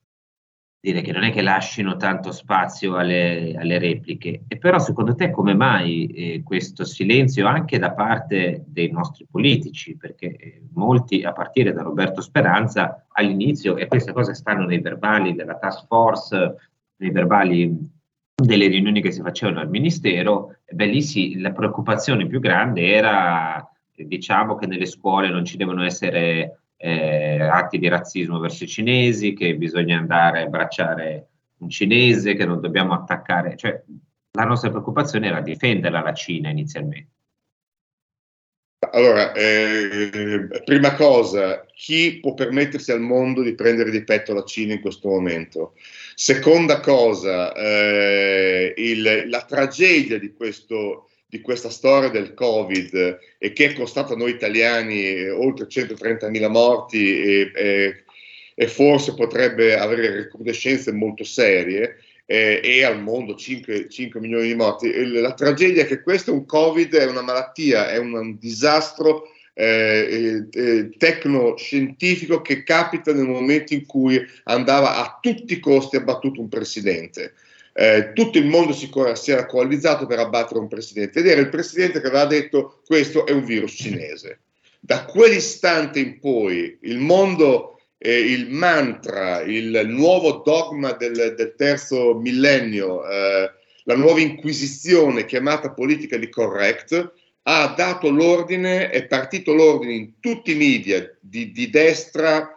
Speaker 3: dire che non è che lasciano tanto spazio alle, alle repliche. E però secondo te come mai eh, questo silenzio anche da parte dei nostri politici? Perché eh, molti, a partire da Roberto Speranza all'inizio, e queste cose stanno nei verbali della task force, nei verbali delle riunioni che si facevano al Ministero, e beh, lì sì, la preoccupazione più grande era eh, diciamo che nelle scuole non ci devono essere Eh, atti di razzismo verso i cinesi, che bisogna andare a abbracciare un cinese, che non dobbiamo attaccare, cioè la nostra preoccupazione era difenderla la Cina inizialmente.
Speaker 14: Allora, eh, prima cosa, chi può permettersi al mondo di prendere di petto la Cina in questo momento? Seconda cosa, eh, il, la tragedia di, questo, di questa storia del Covid e che è costata a noi italiani eh, oltre centotrentamila morti e, e, e forse potrebbe avere recrudescenze molto serie, eh, e al mondo cinque milioni di morti. La tragedia è che questo è un Covid, è una malattia, è un, un disastro eh, eh, tecnoscientifico che capita nel momento in cui andava a tutti i costi abbattuto un presidente. Eh, tutto il mondo si, si era coalizzato per abbattere un presidente ed era il presidente che aveva detto questo è un virus cinese. Da quell'istante in poi il mondo, eh, il mantra, il nuovo dogma del, del terzo millennio, eh, la nuova inquisizione chiamata politically correct, ha dato l'ordine, è partito l'ordine in tutti i media di, di destra,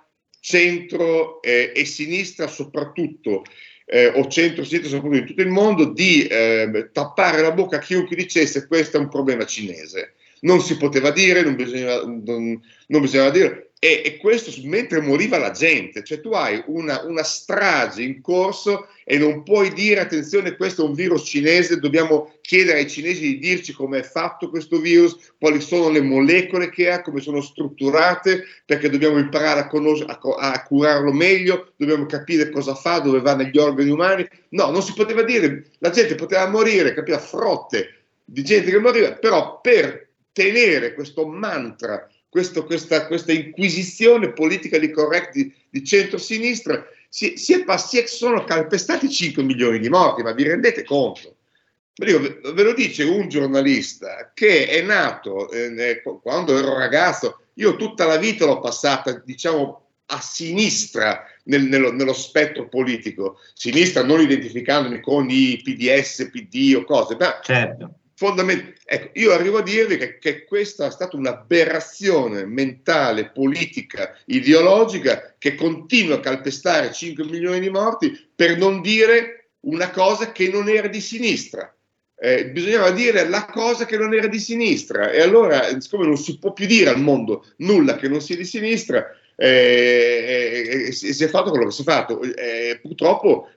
Speaker 14: centro eh, e sinistra soprattutto, eh, o centro-sinistra soprattutto in tutto il mondo, di eh, tappare la bocca a chiunque dicesse questo è un problema cinese. Non si poteva dire, non bisognava, non, non bisognava dire, e, e questo mentre moriva la gente, cioè tu hai una, una strage in corso e non puoi dire attenzione questo è un virus cinese, dobbiamo chiedere ai cinesi di dirci come è fatto questo virus, quali sono le molecole che ha, come sono strutturate, perché dobbiamo imparare a, conoscere, a, a curarlo meglio, dobbiamo capire cosa fa, dove va negli organi umani. No, non si poteva dire, la gente poteva morire, capiva, frotte di gente che moriva, però per tenere questo mantra, questo, questa, questa inquisizione politica di correct di, di centro-sinistra, si, si, è, si è, sono calpestati cinque milioni di morti, ma vi rendete conto? Dico, ve lo dice un giornalista che è nato eh, quando ero ragazzo, io tutta la vita l'ho passata, diciamo, a sinistra nel, nello, nello spettro politico, sinistra non identificandomi con i P D S, P D o cose, ma
Speaker 3: certo.
Speaker 14: Fondament- ecco, io arrivo a dirvi che, che questa è stata un'aberrazione mentale, politica, ideologica che continua a calpestare cinque milioni di morti per non dire una cosa che non era di sinistra. Eh, bisognava dire la cosa che non era di sinistra e allora, siccome non si può più dire al mondo nulla che non sia di sinistra, Eh, eh, si, si è fatto quello che si è fatto. Eh, purtroppo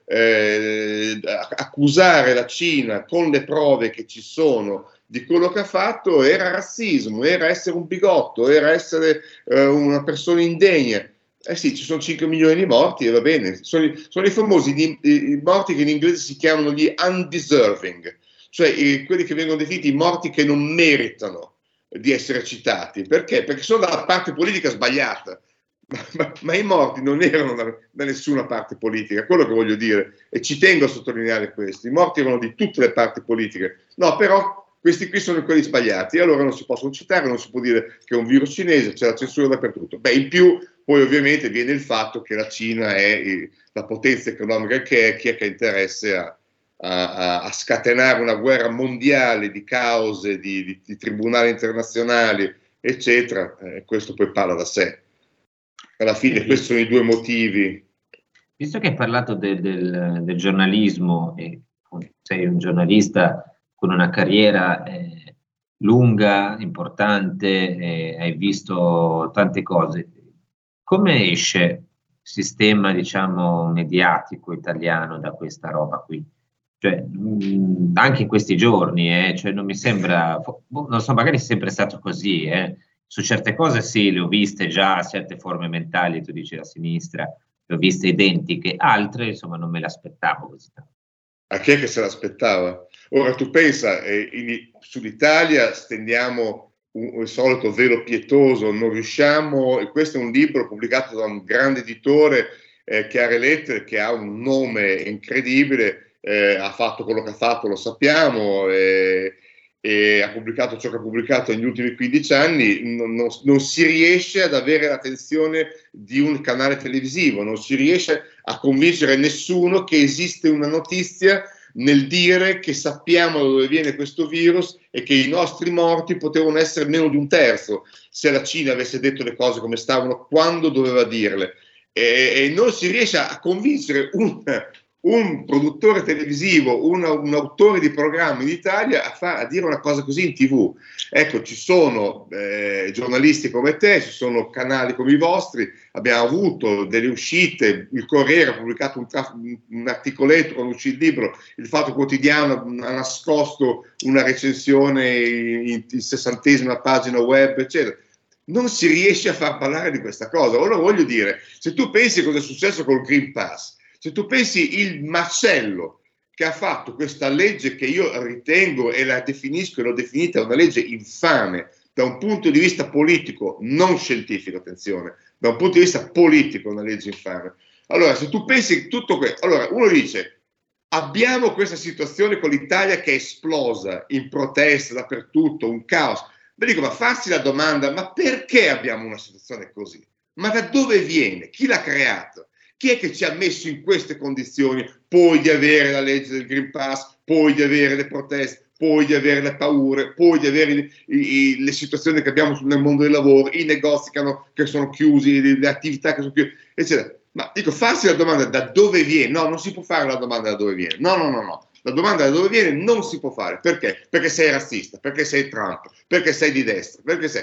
Speaker 14: eh, accusare la Cina con le prove che ci sono di quello che ha fatto era razzismo, era essere un bigotto, era essere eh, una persona indegna. Eh sì, ci sono cinque milioni di morti e va bene, sono, sono i famosi di, i morti che in inglese si chiamano gli undeserving, cioè i, quelli che vengono definiti i morti che non meritano di essere citati. Perché? Perché sono dalla parte politica sbagliata. Ma, ma, ma i morti non erano da, da nessuna parte politica, quello che voglio dire, e ci tengo a sottolineare questo, i morti erano di tutte le parti politiche, no, però questi qui sono quelli sbagliati, e allora non si possono citare, non si può dire che è un virus cinese, c'è la censura dappertutto. Beh, in più poi ovviamente viene il fatto che la Cina è la potenza economica che è, chi è che ha interesse a, a, a scatenare una guerra mondiale di cause, di, di, di tribunali internazionali, eccetera, eh, questo poi parla da sé. Alla fine questi sono i due motivi.
Speaker 3: Visto che hai parlato de, del, del giornalismo e sei un giornalista con una carriera eh, lunga, importante, eh, hai visto tante cose, come esce il sistema, diciamo, mediatico italiano da questa roba qui? Cioè, mh, anche in questi giorni, eh, cioè non mi sembra, non so, magari è sempre stato così, eh. Su certe cose sì, le ho viste già, certe forme mentali, tu dici la sinistra, le ho viste identiche, altre insomma non me l'aspettavo così tanto.
Speaker 14: A chi è che se l'aspettava? Ora tu pensa, eh, in, sull'Italia stendiamo un, il solito velo pietoso, non riusciamo, e questo è un libro pubblicato da un grande editore, eh, Chiare Lettere, che ha un nome incredibile, eh, ha fatto quello che ha fatto, lo sappiamo, eh, e ha pubblicato ciò che ha pubblicato negli ultimi quindici anni, non, non, non si riesce ad avere l'attenzione di un canale televisivo, non si riesce a convincere nessuno che esiste una notizia nel dire che sappiamo da dove viene questo virus e che i nostri morti potevano essere meno di un terzo se la Cina avesse detto le cose come stavano quando doveva dirle, e, e non si riesce a convincere un, un produttore televisivo, un, un autore di programmi in Italia a, fa, a dire una cosa così in tivù. Ecco, ci sono eh, giornalisti come te, ci sono canali come i vostri, abbiamo avuto delle uscite, il Corriere ha pubblicato un, traf- un articoletto quando uscì il libro, il Fatto Quotidiano ha nascosto una recensione in, in sessantesima pagina web, eccetera. Non si riesce a far parlare di questa cosa. Ora voglio dire, se tu pensi cosa è successo col Green Pass, se tu pensi il macello che ha fatto questa legge, che io ritengo e la definisco e l'ho definita una legge infame da un punto di vista politico, non scientifico, attenzione, da un punto di vista politico una legge infame. Allora, se tu pensi tutto questo, allora uno dice, abbiamo questa situazione con l'Italia che è esplosa in proteste dappertutto, un caos. Beh, dico, ma farsi la domanda, ma perché abbiamo una situazione così? Ma da dove viene? Chi l'ha creato? Chi è che ci ha messo in queste condizioni, poi di avere la legge del Green Pass, poi di avere le proteste, poi di avere le paure, poi di avere i, i, le situazioni che abbiamo nel mondo del lavoro, i negozi che, hanno, che sono chiusi, le, le attività che sono chiuse, eccetera. Ma dico, farsi la domanda da dove viene? No, non si può fare la domanda da dove viene. No, no, no, no. La domanda da dove viene non si può fare. Perché? Perché sei razzista, perché sei Trump, perché sei di destra, perché sei...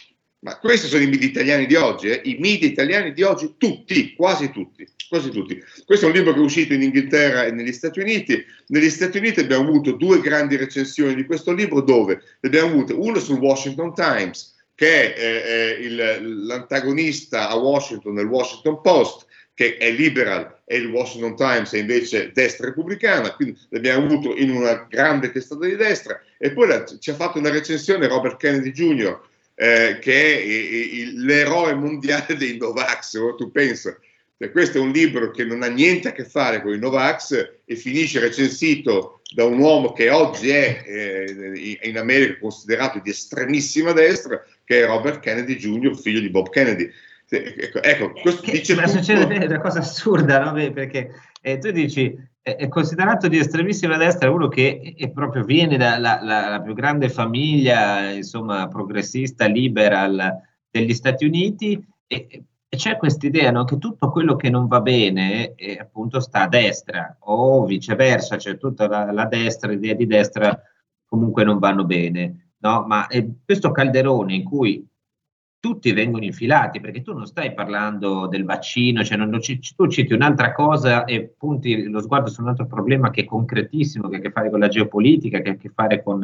Speaker 14: Ma questi sono i media italiani di oggi, eh? I media italiani di oggi, tutti, quasi tutti, quasi tutti. Questo è un libro che è uscito in Inghilterra e negli Stati Uniti. Negli Stati Uniti abbiamo avuto due grandi recensioni di questo libro, dove ne abbiamo avute una sul Washington Times, che è eh, il, l'antagonista a Washington del Washington Post, che è liberal, e il Washington Times è invece destra repubblicana, quindi l'abbiamo avuto in una grande testata di destra, e poi la, ci ha fatto una recensione Robert Kennedy Junior, Eh, che è il, l'eroe mondiale dei Novax. Ora tu pensa, cioè, questo è un libro che non ha niente a che fare con i Novax e finisce recensito da un uomo che oggi è eh, in America considerato di estremissima destra, che è Robert Kennedy Junior, figlio di Bob Kennedy. Ecco, ecco questo
Speaker 3: che,
Speaker 14: dice
Speaker 3: ma
Speaker 14: tutto.
Speaker 3: succede una cosa assurda, no? Perché eh, tu dici è, è considerato di estremissima destra uno che è, è proprio viene dalla la, la più grande famiglia, insomma, progressista, liberal degli Stati Uniti, e, e c'è questa idea, no? Che tutto quello che non va bene eh, appunto sta a destra, o viceversa, cioè tutta la, la destra, le idee di destra comunque non vanno bene, no? Ma è questo calderone in cui tutti vengono infilati, perché tu non stai parlando del vaccino, cioè non, non ci, tu citi un'altra cosa e punti lo sguardo su un altro problema che è concretissimo, che ha a che fare con la geopolitica, che ha a che fare con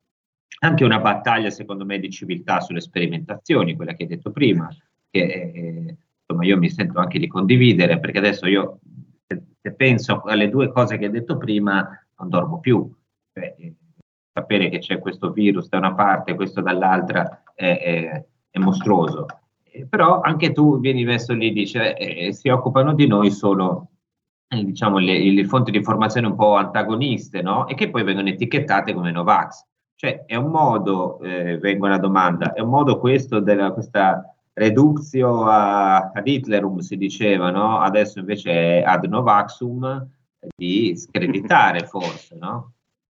Speaker 3: anche una battaglia, secondo me, di civiltà sulle sperimentazioni, quella che hai detto prima, che eh, insomma io mi sento anche di condividere, perché adesso io, se, se penso alle due cose che hai detto prima, non dormo più. Cioè, eh, sapere che c'è questo virus da una parte e questo dall'altra è... è è mostruoso, eh, però anche tu vieni messo lì, dice, eh, si occupano di noi solo eh, diciamo le, le fonti di informazione un po' antagoniste, no? E che poi vengono etichettate come Novax. Cioè è un modo, eh, vengo alla domanda, è un modo questo della questa reductio a, ad Hitlerum si diceva, no? Adesso invece è ad Novaxum, di screditare forse, no?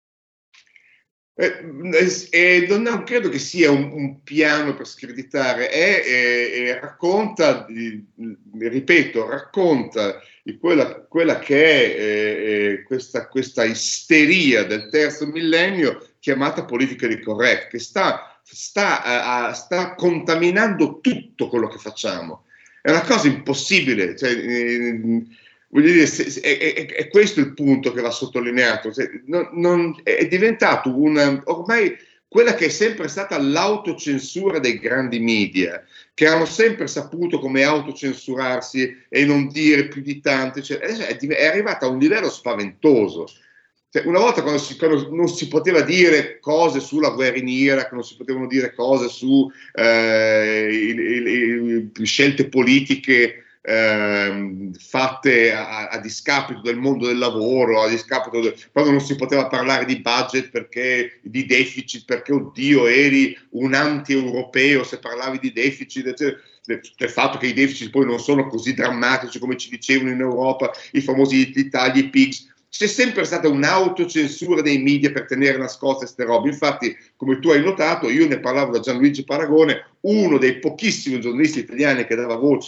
Speaker 14: Eh, eh, non credo che sia un, un piano per screditare, è, è, è, racconta, di, ripeto, racconta di quella, quella che è eh, questa, questa isteria del terzo millennio chiamata politica di correct, che sta, sta, a, sta contaminando tutto quello che facciamo. È una cosa impossibile, cioè, eh, voglio dire, se, se, è, è, è questo il punto che va sottolineato. Se, non, non, è diventato una, ormai quella che è sempre stata l'autocensura dei grandi media, che hanno sempre saputo come autocensurarsi e non dire più di tanto, cioè, è, è arrivata a un livello spaventoso. Cioè, una volta quando, si, quando non si poteva dire cose sulla guerra in Iraq, non si potevano dire cose su eh, le scelte politiche Eh, fatte a, a discapito del mondo del lavoro, a discapito del, quando non si poteva parlare di budget perché di deficit, perché oddio eri un anti-europeo se parlavi di deficit, eccetera. Del fatto che i deficit poi non sono così drammatici come ci dicevano in Europa i famosi tagli, i pigs. C'è sempre stata un'autocensura dei media per tenere nascoste queste robe. Infatti, come tu hai notato, io ne parlavo da Gianluigi Paragone, uno dei pochissimi giornalisti italiani che dava voce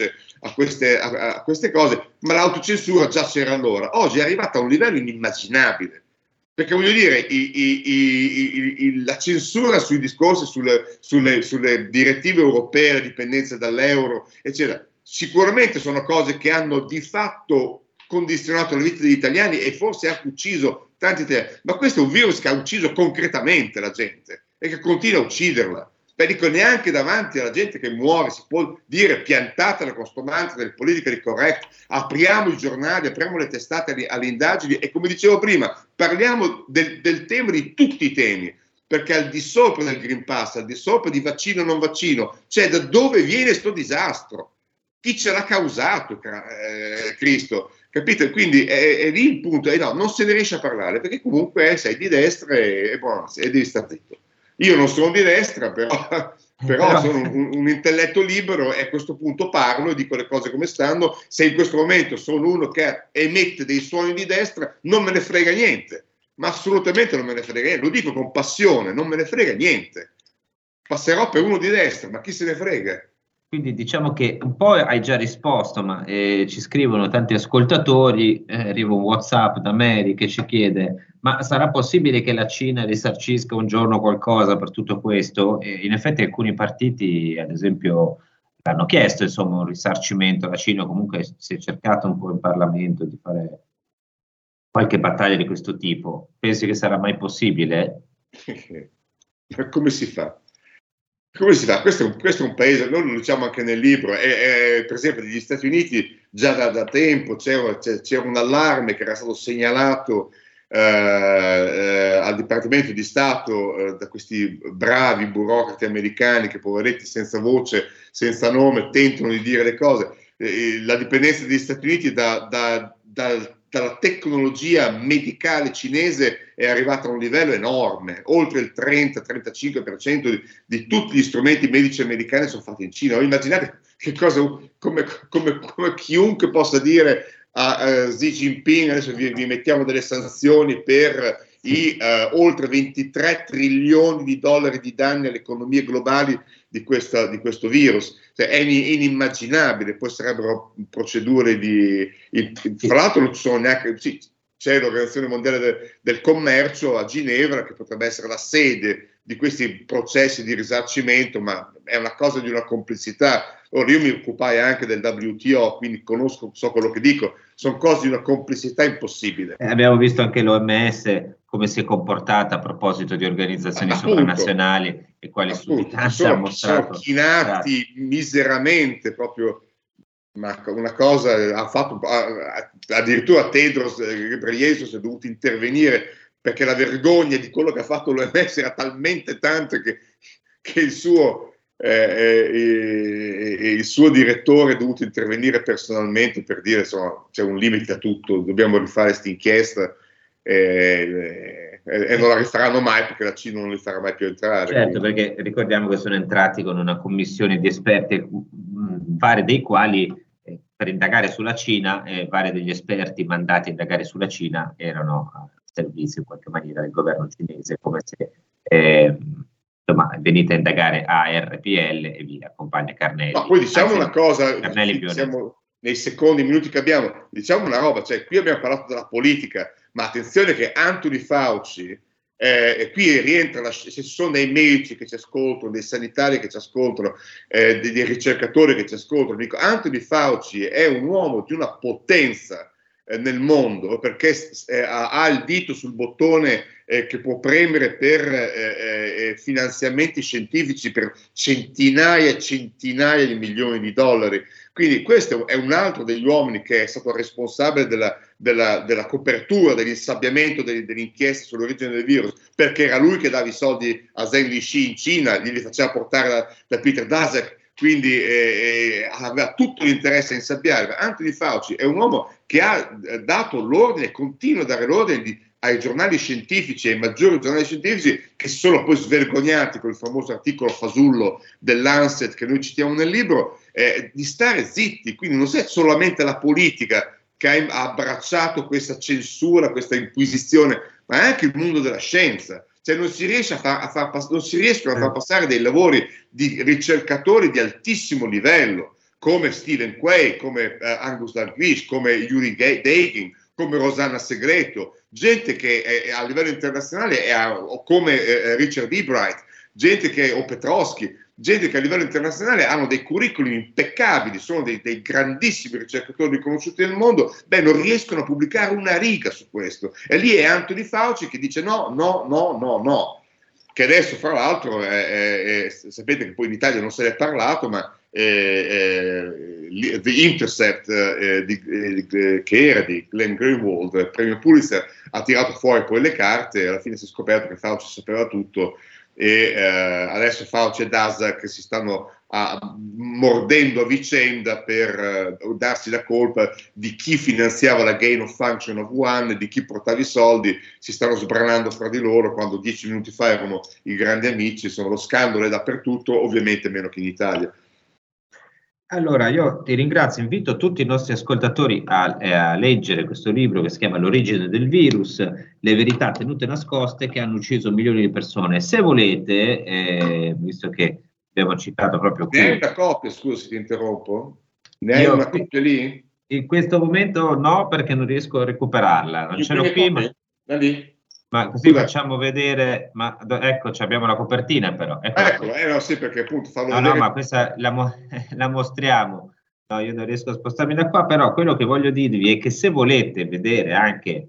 Speaker 14: a queste, a, a queste cose, ma l'autocensura già c'era allora. Oggi è arrivata a un livello inimmaginabile, perché voglio dire, i, i, i, i, la censura sui discorsi sulle, sulle, sulle direttive europee, la dipendenza dall'euro, eccetera, sicuramente sono cose che hanno di fatto condizionato la vita degli italiani e forse anche ucciso tanti italiani, ma questo è un virus che ha ucciso concretamente la gente e che continua a ucciderla. Beh, dico, neanche davanti alla gente che muore si può dire piantatela con sto mantra del politically correct, apriamo i giornali, apriamo le testate alle, alle indagini e, come dicevo prima, parliamo del, del tema di tutti i temi, perché al di sopra del Green Pass, al di sopra di vaccino o non vaccino, c'è da dove viene sto disastro, chi ce l'ha causato, eh, Cristo, capite? Quindi è, è lì il punto, e no, non se ne riesce a parlare, perché comunque sei di destra e, e, buono, e devi stare zitto. Io non sono di destra, però, però sono un, un intelletto libero e a questo punto parlo e dico le cose come stanno. Se in questo momento sono uno che emette dei suoni di destra, non me ne frega niente, ma assolutamente non me ne frega niente, lo dico con passione, non me ne frega niente. Passerò per uno di destra, ma chi se ne frega?
Speaker 3: Quindi diciamo che un po' hai già risposto, ma eh, ci scrivono tanti ascoltatori, eh, arriva un WhatsApp da Mary che ci chiede: ma sarà possibile che la Cina risarcisca un giorno qualcosa per tutto questo? E in effetti alcuni partiti, ad esempio, hanno chiesto insomma un risarcimento alla Cina, comunque si è cercato un po' in Parlamento di fare qualche battaglia di questo tipo. Pensi che sarà mai possibile?
Speaker 14: Ma come si fa? Come si fa? Questo è un, questo è un paese, noi lo diciamo anche nel libro, è, è, per esempio negli Stati Uniti già da, da tempo c'era, c'era un allarme che era stato segnalato eh, eh, al Dipartimento di Stato eh, da questi bravi burocrati americani che, poveretti, senza voce, senza nome, tentano di dire le cose. Eh, la dipendenza degli Stati Uniti da, da, da dalla tecnologia medicale cinese è arrivata a un livello enorme, oltre il trenta trentacinque per cento di, di tutti gli strumenti medici americani sono fatti in Cina. Immaginate che cosa, come, come, come chiunque possa dire a, a Xi Jinping: adesso vi, vi mettiamo delle sanzioni per i uh, oltre ventitré trilioni di dollari di danni alle economie globali di, questa, di questo virus. Cioè, è inimmaginabile. Poi sarebbero procedure di... Fra l'altro non ci sono neanche... Sì, c'è l'Organizzazione Mondiale de, del Commercio a Ginevra che potrebbe essere la sede di questi processi di risarcimento, ma è una cosa di una complessità. Ora, io mi occupai anche del W T O, quindi conosco, so quello che dico, sono cose di una complessità impossibile.
Speaker 3: Eh, abbiamo visto anche l'O M S come si è comportata a proposito di organizzazioni appunto, sopranazionali e quali sudditanze ha mostrato.
Speaker 14: Sono chinati miseramente, proprio, ma una cosa ha fatto, addirittura Tedros Ghebreyesus è dovuto intervenire perché la vergogna di quello che ha fatto l'O M S era talmente tanta che, che il suo... Eh, eh, il suo direttore è dovuto intervenire personalmente per dire insomma c'è un limite a tutto, dobbiamo rifare questa inchiesta eh, eh, e non la rifaranno mai perché la Cina non li farà mai più entrare.
Speaker 3: Certo, quindi. Perché ricordiamo che sono entrati con una commissione di esperti, vari dei quali eh, per indagare sulla Cina, eh, vari degli esperti mandati a indagare sulla Cina erano a servizio in qualche maniera del governo cinese, come se eh, insomma, venite a indagare a R P L e via, compagna Carnelli.
Speaker 14: Ma poi diciamo Anzi, una cosa,
Speaker 3: Carnelli
Speaker 14: siamo nei secondi minuti che abbiamo, diciamo una roba, cioè qui abbiamo parlato della politica, ma attenzione che Anthony Fauci, eh, e qui rientra, la, se ci sono dei medici che ci ascoltano, dei sanitari che ci ascoltano, eh, dei, dei ricercatori che ci ascoltano, dico, Anthony Fauci è un uomo di una potenza eh, nel mondo, perché eh, ha, ha il dito sul bottone Eh, che può premere per eh, eh, finanziamenti scientifici per centinaia e centinaia di milioni di dollari. Quindi questo è un altro degli uomini che è stato responsabile della, della, della copertura, dell'insabbiamento delle, delle inchieste sull'origine del virus, perché era lui che dava i soldi a Zheng Lixi in Cina, glieli faceva portare da, da Peter Daszak, quindi eh, eh, aveva tutto l'interesse a insabbiare. Anthony Fauci è un uomo che ha dato l'ordine, continua a dare l'ordine di ai giornali scientifici, ai maggiori giornali scientifici, che si sono poi svergognati con il famoso articolo fasullo dell'Lancet che noi citiamo nel libro, eh, di stare zitti. Quindi non è solamente la politica che ha abbracciato questa censura, questa inquisizione, ma anche il mondo della scienza. Cioè non si riesce a far, a far, non si riescono a far passare dei lavori di ricercatori di altissimo livello, come Stephen Quay, come uh, Angus Dalglish, come Yuri Dagin, come Rosanna Segreto, gente che è, è a livello internazionale è a, o come eh, Richard Ebright, gente che o Petroschi, gente che a livello internazionale hanno dei curriculum impeccabili, sono dei, dei grandissimi ricercatori riconosciuti nel mondo, beh, non riescono a pubblicare una riga su questo. E lì è Anthony Fauci che dice no, no, no, no, no. Che adesso, fra l'altro, è, è, è, sapete che poi in Italia non se ne è parlato, ma eh, eh, The Intercept, eh, di, eh, che era di Glenn Greenwald, il premio Pulitzer, ha tirato fuori poi le carte e alla fine si è scoperto che Fauci sapeva tutto. E eh, adesso Fauci e Daszak si stanno a, mordendo a vicenda per uh, darsi la colpa di chi finanziava la gain of function of one, di chi portava i soldi, si stanno sbranando fra di loro quando dieci minuti fa erano i grandi amici. Sono lo scandalo è dappertutto, ovviamente meno che in Italia.
Speaker 3: Allora, io ti ringrazio, invito tutti i nostri ascoltatori a, a leggere questo libro che si chiama L'origine del virus, le verità tenute nascoste che hanno ucciso milioni di persone. Se volete, eh, visto che abbiamo citato proprio qui...
Speaker 14: Ne hai una copia, scusa se ti interrompo? Ne hai una copia lì?
Speaker 3: In questo momento no, perché non riesco a recuperarla. Non ce l'ho qui, ma...
Speaker 14: Da lì?
Speaker 3: Ma così Scusa. Facciamo vedere, ma ecco, abbiamo la copertina però.
Speaker 14: Eccola, eh no, sì, perché appunto farlo
Speaker 3: no,
Speaker 14: vedere.
Speaker 3: No, ma questa la, mo- la mostriamo. No, io non riesco a spostarmi da qua, però quello che voglio dirvi è che se volete vedere anche,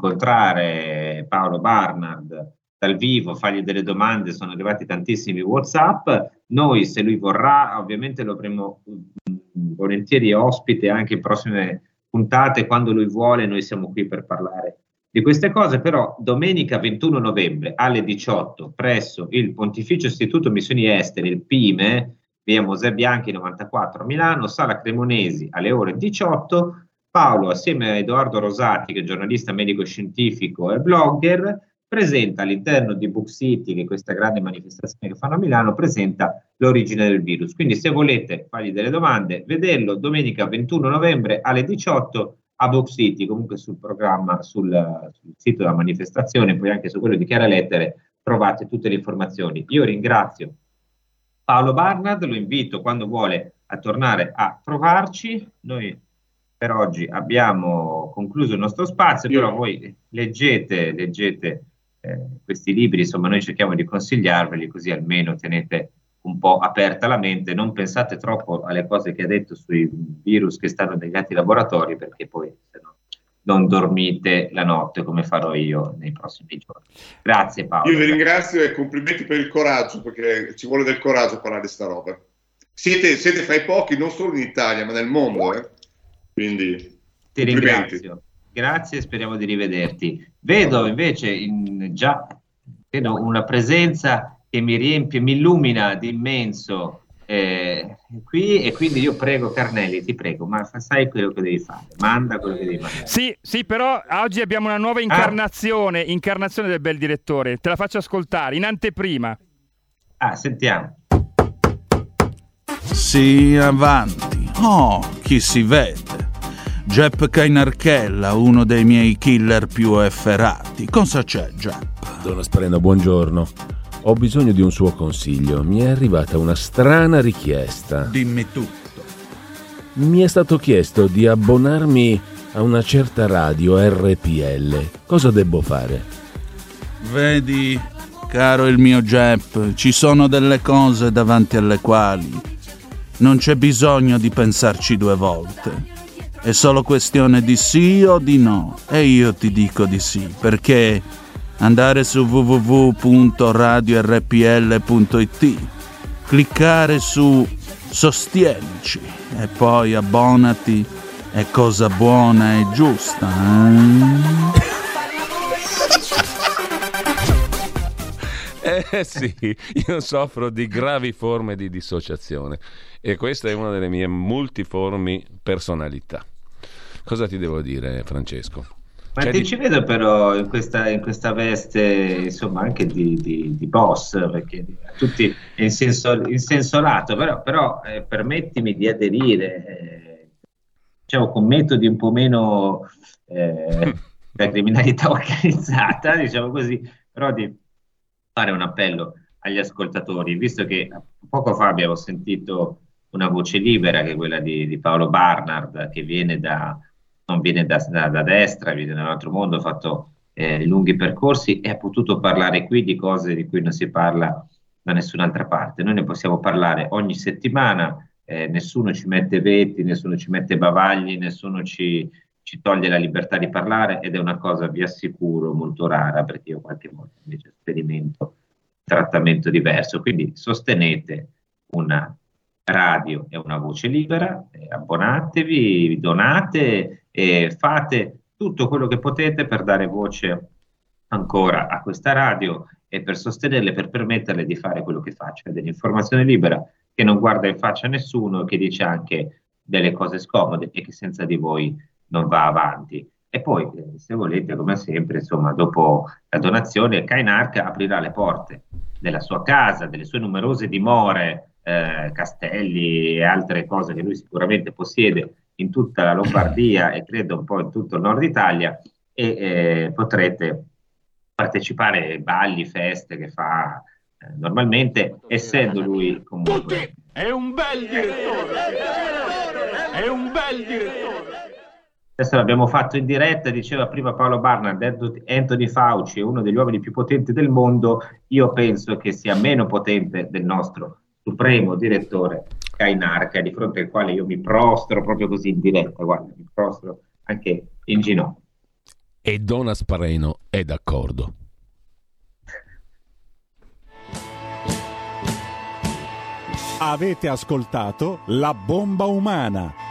Speaker 3: incontrare Paolo Barnard dal vivo, fargli delle domande, sono arrivati tantissimi WhatsApp, noi se lui vorrà, ovviamente lo avremo mh, volentieri ospite anche in prossime puntate, quando lui vuole, noi siamo qui per parlare di queste cose. Però domenica ventuno novembre alle diciotto presso il Pontificio Istituto Missioni Estere, il P I M E, via Mosè Bianchi novantaquattro a Milano, Sala Cremonesi alle ore diciotto, Paolo assieme a Edoardo Rosati, che è giornalista medico-scientifico e blogger, presenta all'interno di Book City, che è questa grande manifestazione che fanno a Milano, presenta l'origine del virus. Quindi se volete fargli delle domande, vederlo domenica ventuno novembre alle diciotto a Book City, comunque sul programma, sul, sul sito della manifestazione, poi anche su quello di Chiara Lettere trovate tutte le informazioni. Io ringrazio Paolo Barnard, lo invito quando vuole a tornare a trovarci. Noi per oggi abbiamo concluso il nostro spazio, Io. però voi leggete, leggete eh, questi libri, insomma noi cerchiamo di consigliarveli, così almeno tenete un po' aperta la mente, non pensate troppo alle cose che ha detto sui virus che stanno negli altri laboratori, perché poi se no non dormite la notte come farò io nei prossimi giorni. Grazie Paolo.
Speaker 14: Io vi ringrazio e complimenti per il coraggio, perché ci vuole del coraggio a parlare di sta roba. Siete, siete fra i pochi, non solo in Italia, ma nel mondo, eh? Quindi
Speaker 3: ti ringrazio. Grazie, speriamo di rivederti. Vedo invece in, già vedo una presenza che mi riempie, mi illumina di immenso eh, qui, e quindi io prego Carnelli, ti prego, ma sai quello che devi fare, manda quello che devi mandare.
Speaker 2: Sì, sì, però oggi abbiamo una nuova incarnazione, ah. incarnazione del bel direttore, te la faccio ascoltare, in anteprima.
Speaker 3: Ah, sentiamo.
Speaker 13: Sì, avanti. Oh, chi si vede? Jepp Cainarchella, uno dei miei killer più efferati. Cosa c'è, Jepp?
Speaker 11: Don Aspreno, buongiorno. Ho bisogno di un suo consiglio. Mi è arrivata una strana richiesta.
Speaker 13: Dimmi tutto.
Speaker 11: Mi è stato chiesto di abbonarmi a una certa radio R P L. Cosa debbo fare?
Speaker 13: Vedi, caro il mio Jepp, ci sono delle cose davanti alle quali non c'è bisogno di pensarci due volte. È solo questione di sì o di no. E io ti dico di sì, perché andare su w w w punto radio r p l punto i t, cliccare su Sostienici e poi abbonati è cosa buona e giusta.
Speaker 11: Eh? Eh sì, io soffro di gravi forme di dissociazione e questa è una delle mie multiformi personalità. Cosa ti devo dire, Francesco?
Speaker 3: Ma ti di... ci vedo però in questa, in questa veste, insomma, anche di, di, di boss, perché tutti in senso, in senso lato, però, però eh, permettimi di aderire, eh, diciamo, con metodi un po' meno eh, da criminalità organizzata, diciamo così, però di fare un appello agli ascoltatori, visto che poco fa abbiamo sentito una voce libera, che è quella di, di Paolo Barnard, che viene da, non viene da, da, da destra, viene da un altro mondo, ha fatto eh, lunghi percorsi e ha potuto parlare qui di cose di cui non si parla da nessun'altra parte. Noi ne possiamo parlare ogni settimana, eh, nessuno ci mette veti, nessuno ci mette bavagli, nessuno ci, ci toglie la libertà di parlare, ed è una cosa, vi assicuro, molto rara, perché io qualche volta invece sperimento trattamento diverso. Quindi sostenete una radio e una voce libera, eh, abbonatevi, donate e fate tutto quello che potete per dare voce ancora a questa radio e per sostenerle, per permetterle di fare quello che fa, cioè dell'informazione libera, che non guarda in faccia a nessuno, che dice anche delle cose scomode e che senza di voi non va avanti. E poi, eh, se volete, come sempre, insomma, dopo la donazione, Cainarca aprirà le porte della sua casa, delle sue numerose dimore, eh, castelli e altre cose che lui sicuramente possiede in tutta la Lombardia e credo un po' in tutto il nord Italia, e eh, potrete partecipare ai balli, feste che fa eh, normalmente, essendo lui comunque...
Speaker 16: È un bel direttore! È un bel direttore!
Speaker 3: Adesso l'abbiamo fatto in diretta, diceva prima Paolo Barnard, Anthony Fauci è uno degli uomini più potenti del mondo, io penso che sia meno potente del nostro supremo direttore Cainarca, di fronte al quale io mi prostro proprio così in diretta, guarda, mi prostro anche in ginocchio.
Speaker 11: E Don Aspareno è d'accordo.
Speaker 1: Avete ascoltato La Bomba Umana,